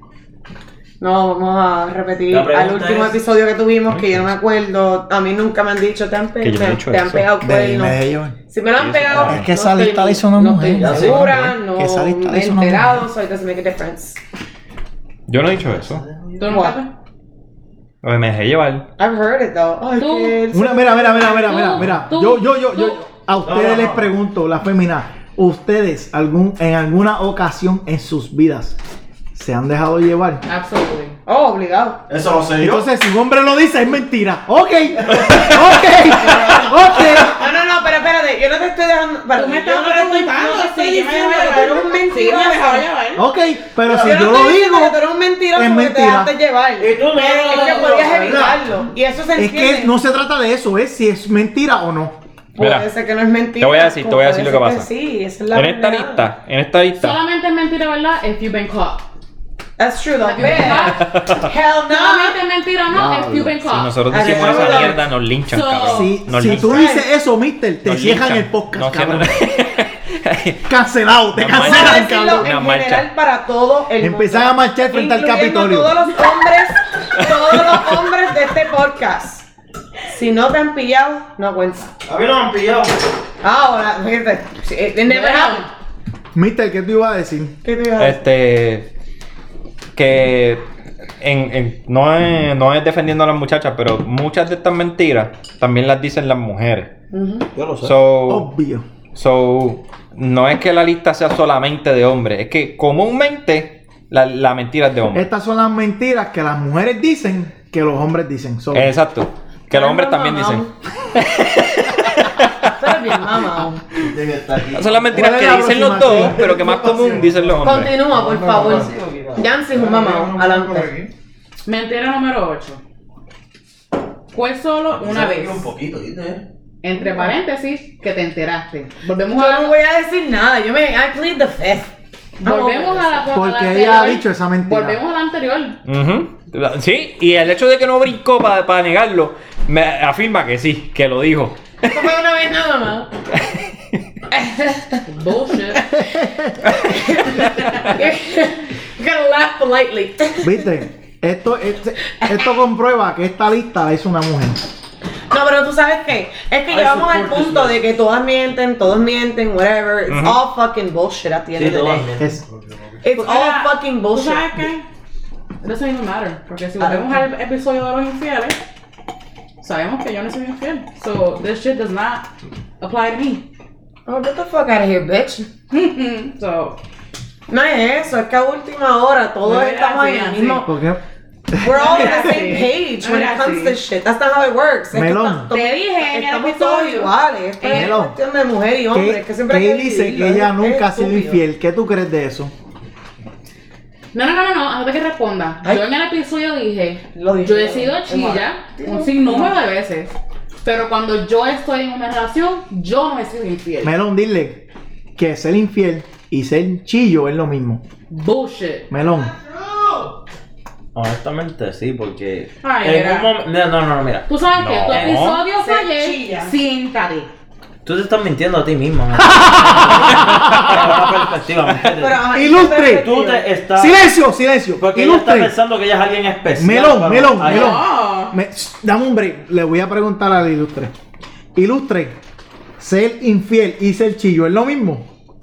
No, vamos a repetir La pregunta al último es- episodio que tuvimos, que yo no me acuerdo. A mí nunca me han dicho, te han, Que yo no he hecho te han eso. pegado cuernos. Me dejé llevar. Si me lo han pegado, Es que no esa estoy- lista la hizo una no mujer. estoy Ya sé, segura, una no mujer. Que esa lista la me he hizo una enterado, mujer. so it doesn't make a difference. Yo no he dicho eso. ¿Tú nunca? What? Oye, me dejé llevar. I've heard it though. Ay, Tú- que Mira. Tú- Yo. A ustedes les pregunto, la femina. ¿Ustedes en alguna ocasión en sus vidas se han dejado llevar? Absolutely. Oh, obligado. Eso lo sé yo. Entonces, si un hombre lo dice, es mentira. Ok. No, pero espérate, yo no te estoy dejando. Tú me estás yo no te preguntando no te estoy si yo me diciendo dejaba que tú eres un llevar. Sí, me dejaba mentiroso. llevar. Ok, pero si Yo yo no lo estoy diciendo digo, que tú eres un mentiroso es porque te mentira. dejaste llevar. Y tú no, Pero es que podías ¿verdad? evitarlo. Y eso se es entiende. que no se trata de eso, es si es mentira o no. Mira, Puede ser que no es mentira. te voy a decir como lo que puede ser pasa. Sí, esa es la En esta verdad. lista. Solamente es mentira, ¿verdad? If you've been caught. That's true, though. Have you been caught? Hell no. Solamente es mentira, ¿no? If you've been Si caught. nosotros Ay, decimos no, esa no. mierda, nos linchan, So- cabrón. Si Nos tú linchan. dices eso, mister, te Nos cierran linchan. el podcast, Nos cabrón. cierran. Cancelado, te Una Vamos a cancelan, marcha. decirlo cabrón. en Una marcha. general para todo el mundo. Empiezan a marchar frente al Incluyendo Capitolio. todos los hombres de este podcast. Si no te han pillado, no cuenta. A mí no me han pillado. Ahora, fíjate. It never happened. Mister, ¿qué tú ibas a decir? ¿Qué te ibas a decir? Que no es defendiendo a las muchachas, pero muchas de estas mentiras también las dicen las mujeres. Yo lo sé. Obvio. So, no es que la lista sea solamente de hombres, es que comúnmente la mentira es de hombres. Estas son las mentiras que las mujeres dicen que los hombres dicen. So, Exacto. Que los hombres también Mamá. dicen. Tú eres bien mamá. Esas son las mentiras ¿Cuál que es la dicen los dos, aproximación? pero que más común dicen los hombres. Continúa, por favor. Yancy es un mamá. Adelante. Mentira número 8. Fue solo una vez. Un poquito, ¿viste? Entre paréntesis, que te enteraste. Volvemos Yo a no la... voy a decir nada. I plead the fifth. Volvemos a la Porque a la ella ha anterior. dicho esa mentira. Volvemos a la anterior. Ujú. Sí, y el hecho de que no brincó para negarlo, me afirma que sí, que lo dijo. Esto fue una vez nada más. Bullshit. You gotta laugh politely. ¿Viste? Esto comprueba que esta lista la hizo una mujer. No, pero tú sabes qué, es que llegamos al punto de que todos mienten, whatever. It's all fucking bullshit at the end Sí, of the todas day. mienten. It's all fucking ¿Tú bullshit. sabes qué? It doesn't even matter. Porque si volvemos al episodio de los infieles, sabemos que yo no soy infiel. So, this shit does not apply to me. Oh, get the fuck out of here, bitch. So, No es eso, es que a última hora todos No, estamos en así, el así. mismo. ¿Por qué? We're all on the Así. same page when it Así. comes to shit. That's not how it works. Es que Melón. Te dije en el estamos todos episodio. iguales. Esto es Melón. cuestión de mujer y hombre. Que siempre hay Kay que dice dividirlo, que ella es nunca ha sido estúpido. infiel. ¿Qué tú crees de eso? No, antes de que responda. Ay. Yo en el episodio dije, Lo dije. yo he sido chilla un sinnúmero de veces. Pero cuando yo estoy en una relación, yo no he sido infiel. Melón, dile que ser infiel y ser chillo es lo mismo. Bullshit. Melón. Honestamente sí, porque Ay, en mira. un momento... No, mira. Tú sabes que tu No. episodio Se fue ayer, chilla. siéntate. Tú te estás mintiendo a ti mismo. ¿no? Una perspectiva, ¿me entiendes? Pero, ajá, Ilustre. Tú te estás... ¡Silencio! Porque ella está Ilustre. pensando que ella es alguien especial. Melón, Melón. No. Dame un break. Le voy a preguntar al ilustre. Ilustre, ser infiel y ser chillo es lo mismo.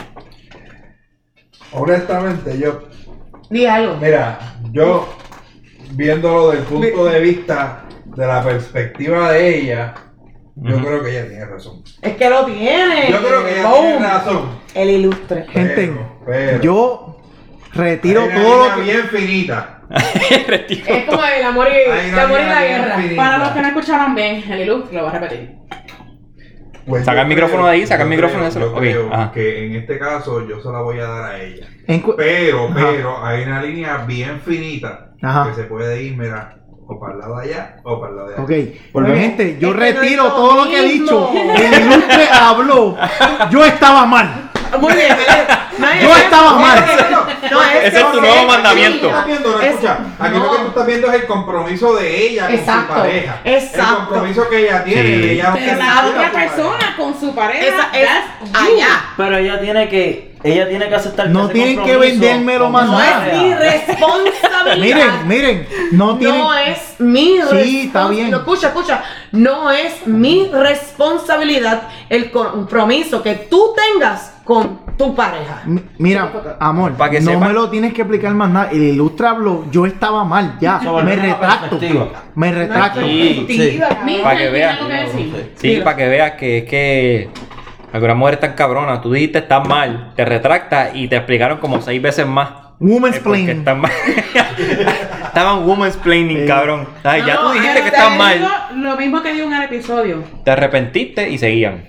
Honestamente, Di algo. mira, yo viéndolo del punto de vista de la perspectiva de ella, yo creo que ella tiene razón. Es que lo tiene. Yo creo que ella Boom. tiene razón. El ilustre. Gente, Pero yo retiro hay una todo línea lo que... bien finita. Es como el amor y Hay una la línea bien guerra. finita. Para los que no escucharon bien, el ilustre lo voy a repetir. Pues Saca yo el micrófono creo- de ahí, saca el yo micrófono creo- de eso. Yo Ok, creo ajá. que en este caso yo se la voy a dar a ella. Ajá. Pero hay una línea bien finita Ajá. que se puede ir, mira, o para el lado de allá o para el lado de acá. Ok, Bueno, gente, yo es que no retiro es lo todo lo que he mismo. dicho. El ilustre habló. Yo estaba mal. Muy bien, no es Yo eso, estaba no mal. es eso, no es Ese es tu eso, nuevo es mandamiento. ella. Aquí lo que tú estás viendo, no, Es- escucha, aquí no. lo que tú estás viendo es el compromiso de ella con Exacto, su pareja. exacto. El compromiso que ella tiene. Sí. de ella no Pero ser la infiel a otra su pareja. persona con su pareja, Esa es that's you. allá. Pero ella tiene que aceptar No ese tienen que compromiso vendérmelo con más su No nada. es mi responsabilidad. Miren, no tienen... No es mi Sí, está bien. No, escucha. No es mi responsabilidad el compromiso que tú tengas con tu pareja. Mira, amor, Pa' que no sepa. me lo tienes que explicar más nada. El ilustre habló, yo estaba mal, ya. Sobre Me una retracto. perspectiva. Me retracto. Sí, Mister, Para que ¿tiene veas. algo que decir? Sí, para que veas que es que algunas mujeres están cabronas. Tú dijiste estás mal, te retractas y te explicaron como 6 veces más. Woman's Es porque planning. están mal. Estaban woman's planning, cabrón. Ay, ya tú dijiste pero que te estás digo mal, Lo mismo que digo en el episodio. te arrepentiste y seguían.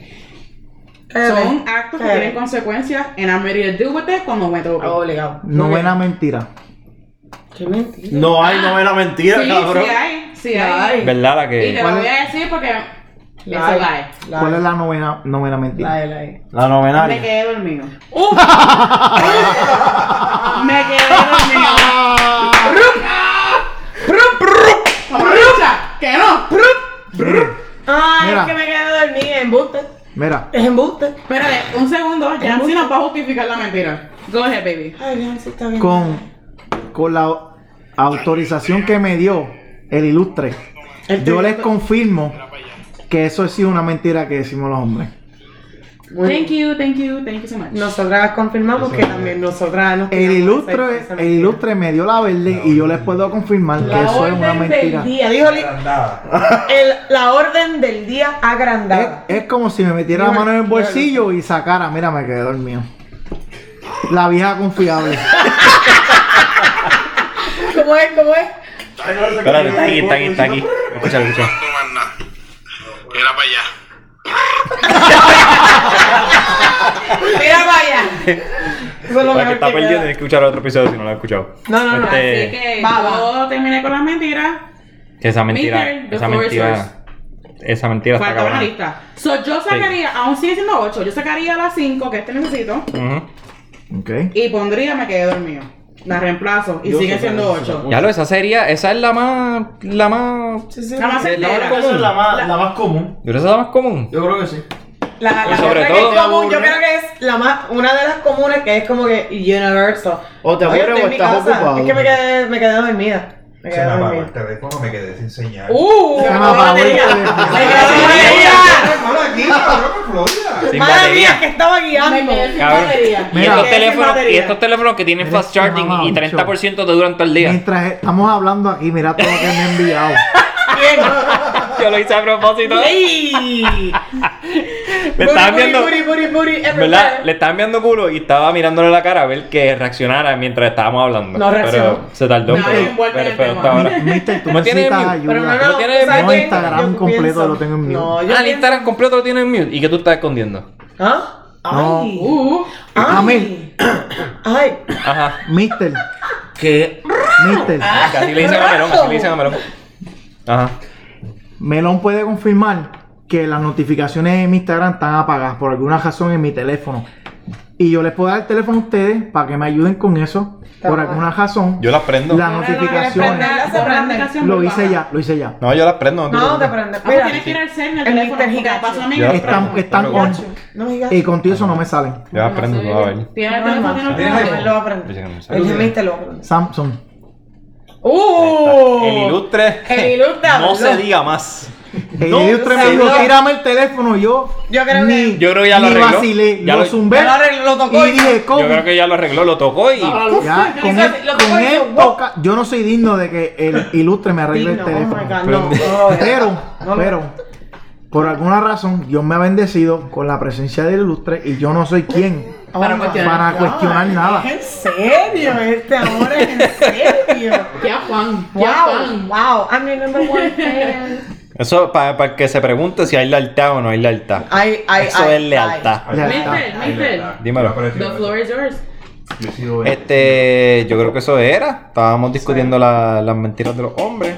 Son actos que tienen consecuencias and I'm ready to deal with it cuando me toque. Obligado. Novena mentira. Qué mentira. No hay novela mentira, Sí, cabrón. sí hay. Ay. ¿Verdad? La Y te que. lo voy a decir porque es La- lie. ¿Cuál es la novena mentira? La. La Me novenaria. quedé dormido. Me quedé dormido. Rucha, que no. Ay, Mira. es que me quedé dormida. Embuste. Mira, Es embuste. Espérate, un segundo. Ya sí nos va a justificar la mentira. Go ahead, baby. Ay, bien, sí está bien. con la autorización que me dio el ilustre, yo les confirmo que eso ha sido una mentira que decimos los hombres. Thank you so much. Nosotras confirmamos que también nosotras nos El tiramos esa ilustre, el ilustre me dio la verde y yo les puedo confirmar que La eso es una orden del mentira. día, dijo Agrandada. la orden del día agrandada. Es como si me metiera la mano en el bolsillo y sacara, mira, me quedé dormido. La vieja confiable. ¿Cómo es? ¿Cómo es? Espérate, está aquí. Escucha. Era para allá. Mira, vaya. Eso es lo Para que mejor está que perdiendo, queda. tienes que escuchar otro episodio si no lo has escuchado. No. Así Este, que Va. yo terminé con las mentiras. que esa mentira, Mister, the floor is yours. esa mentira está Falta una cabrona. lista. So, yo sacaría, aún sigue siendo 8, yo sacaría las 5 que este necesito Ujú. Ok. y pondría me quedé dormido. La reemplazo y Yo sigue sé siendo que 8. Ya lo, esa es la más. La más Esa certera. es la más común. Yo creo que esa es la más común. Yo creo que sí. La Y sobre otra todo- que es común, yo creo que es una de las comunes que es como que universal. O te Oye, aburres estoy o en mi estás casa. ocupado. Es que me quedé dormida. Me Se quedé me apagó dormida. el teléfono, me quedé sin señal. Se me apagó el batería. teléfono. Se me quedó sin batería. Hermano, aquí, cabrón, en Florida. Sin Madre batería. mía, que estaba guiando. Me quedé sin Cabrón. batería. Y Mira. estos, Me quedé sin teléfonos, y batería. estos teléfonos que tienen Mira, fast charging mamá, y 30% te duran todo el día. Mientras estamos hablando aquí, mira todo lo que me ha enviado. Yo lo hice a propósito. ¡Ey! Me estaban viendo. Booty, ¿Verdad? everywhere. Le estaban viendo culo y estaba mirándole la cara a ver que reaccionara mientras estábamos hablando. No reaccionó. Pero se tardó. Nadie envuelto en el tema. hasta ahora. Mister, tú ¿No tienes necesitas mute? Pero ayuda. ¿No tienes ¿sabes no, qué? Instagram Yo completo pienso- lo tengo en mute. No, yo Ah, el pienso- Instagram completo lo tienes en mute. ¿Y qué tú estás escondiendo? ¿Ah? No. Ay. Amel. Ay. Ajá. Mister, Que Mister. Así le dicen a Melón, así le dicen a Melón. Ajá. Melón puede confirmar que las notificaciones de mi Instagram están apagadas por alguna razón en mi teléfono. Y yo les puedo dar el teléfono a ustedes para que me ayuden con eso. Por alguna razón. Yo las prendo. Las notificaciones. Lo hice ya, lo hice ya. No, yo las prendo. te No, te preocupes. prende. Mira, Mira. tienes que ir al CERN, el El teléfono, Mr. porque Hikachu. pasó a mí. Yo las Están, prendo, están no te on. No digas. Y contigo eso no me salen. Yo las prendo, tú vas a ver. Tiene el No, teléfono, no, tiene el él lo va a aprender. Dice que no me sale. El gemiste lo va a aprender. Samsung. El ilustre. El ilustre No habló. se diga más. El No, ilustre me se dijo, habló. tírame el teléfono. Yo Yo creo que- Yo creo que ya lo ni arregló. vacilé, Ya lo lo- zumbé. Ya lo arregló, lo tocó y y- dije, Yo ¿cómo? creo que ya lo arregló, lo tocó y. Ya, con Lo él, tocó con y él dijo, wow. toca. Yo no soy digno de que el ilustre me arregle el Digno, oh teléfono. my God, no, no, Pero, por alguna razón, Dios me ha bendecido con la presencia del ilustre y yo no soy quien Para cuestionar. para cuestionar nada. ¿En serio? Este amor es en serio. Ya, Juan. Ya, Wow, Juan. wow. I'm your number one fan. Eso para el que se pregunte si hay lealtad o no hay lealtad. Eso es lealtad. Mister, Dímelo. the floor is yours. Yo sigo Yo creo que eso era. Estábamos discutiendo las mentiras de los hombres.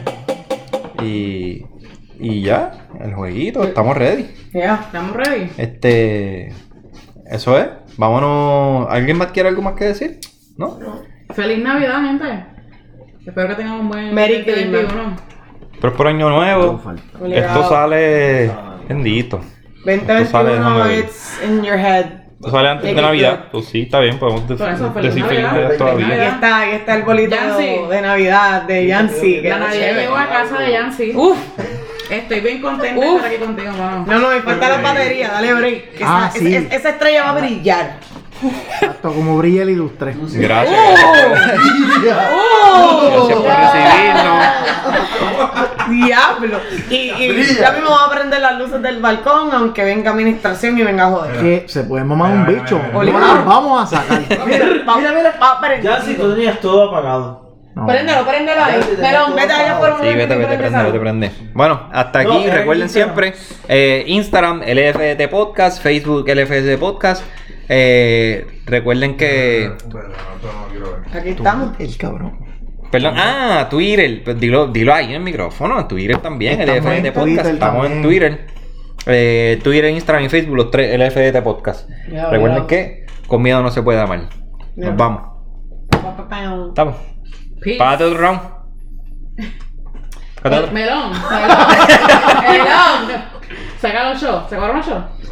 Y ya, el jueguito, estamos ready. Yeah. ¿Estamos ready? Eso es. Vámonos. ¿Alguien más quiere algo más que decir? ¿No? Feliz Navidad, gente. Espero que tengan un buen Merry 2021. Pero es por año nuevo. Obligado. Esto sale. Bendito. Esto sale, déjame 2021, ver. it's in your head. Esto sale antes de Make it Navidad. Pues sí, está bien. Podemos Por eso, feliz decir feliz Navidad. Navidad Feliz todavía. Navidad. Ahí está el bolito Yancy. de Navidad de Yancy. que La está Navidad chévere. llegó a casa de Yancy. Uf. Estoy bien contenta de Uf. estar aquí contigo, mano. No, me falta la batería, dale break. que Ah, esa, sí. esa estrella va a brillar. Exacto, como brilla el ilustre. Gracias. ¡Oh! Gracias por recibirnos. Diablo. Y ya mismo vamos a prender las luces del balcón, aunque venga administración y venga a joder. Que se puede mamar un Mira, bicho. mira, No mira. las vamos a sacar. ya si tú tenías todo apagado. No. Préndelo ahí. Pero vete allá por un Sí, momento y vete, prende. prende. Bueno, hasta aquí. No, era Recuerden Instagram. siempre Instagram, LFDT Podcast, Facebook, LFDT Podcast. Recuerden que. Aquí estamos. El cabrón. Perdón, Twitter. Pues dilo ahí en el micrófono. Twitter también, Estamos LFDT en Podcast. Twitter Estamos en también. Twitter. Twitter, Instagram y Facebook, los tres LFDT Podcast. Ya, Recuerden ya. que con miedo no se puede amar. Ya. Nos vamos. Estamos. Peace. Párate otro round. Párate otro. Melón. Melón. Melón. Sacaron show. ¿Sacaron show?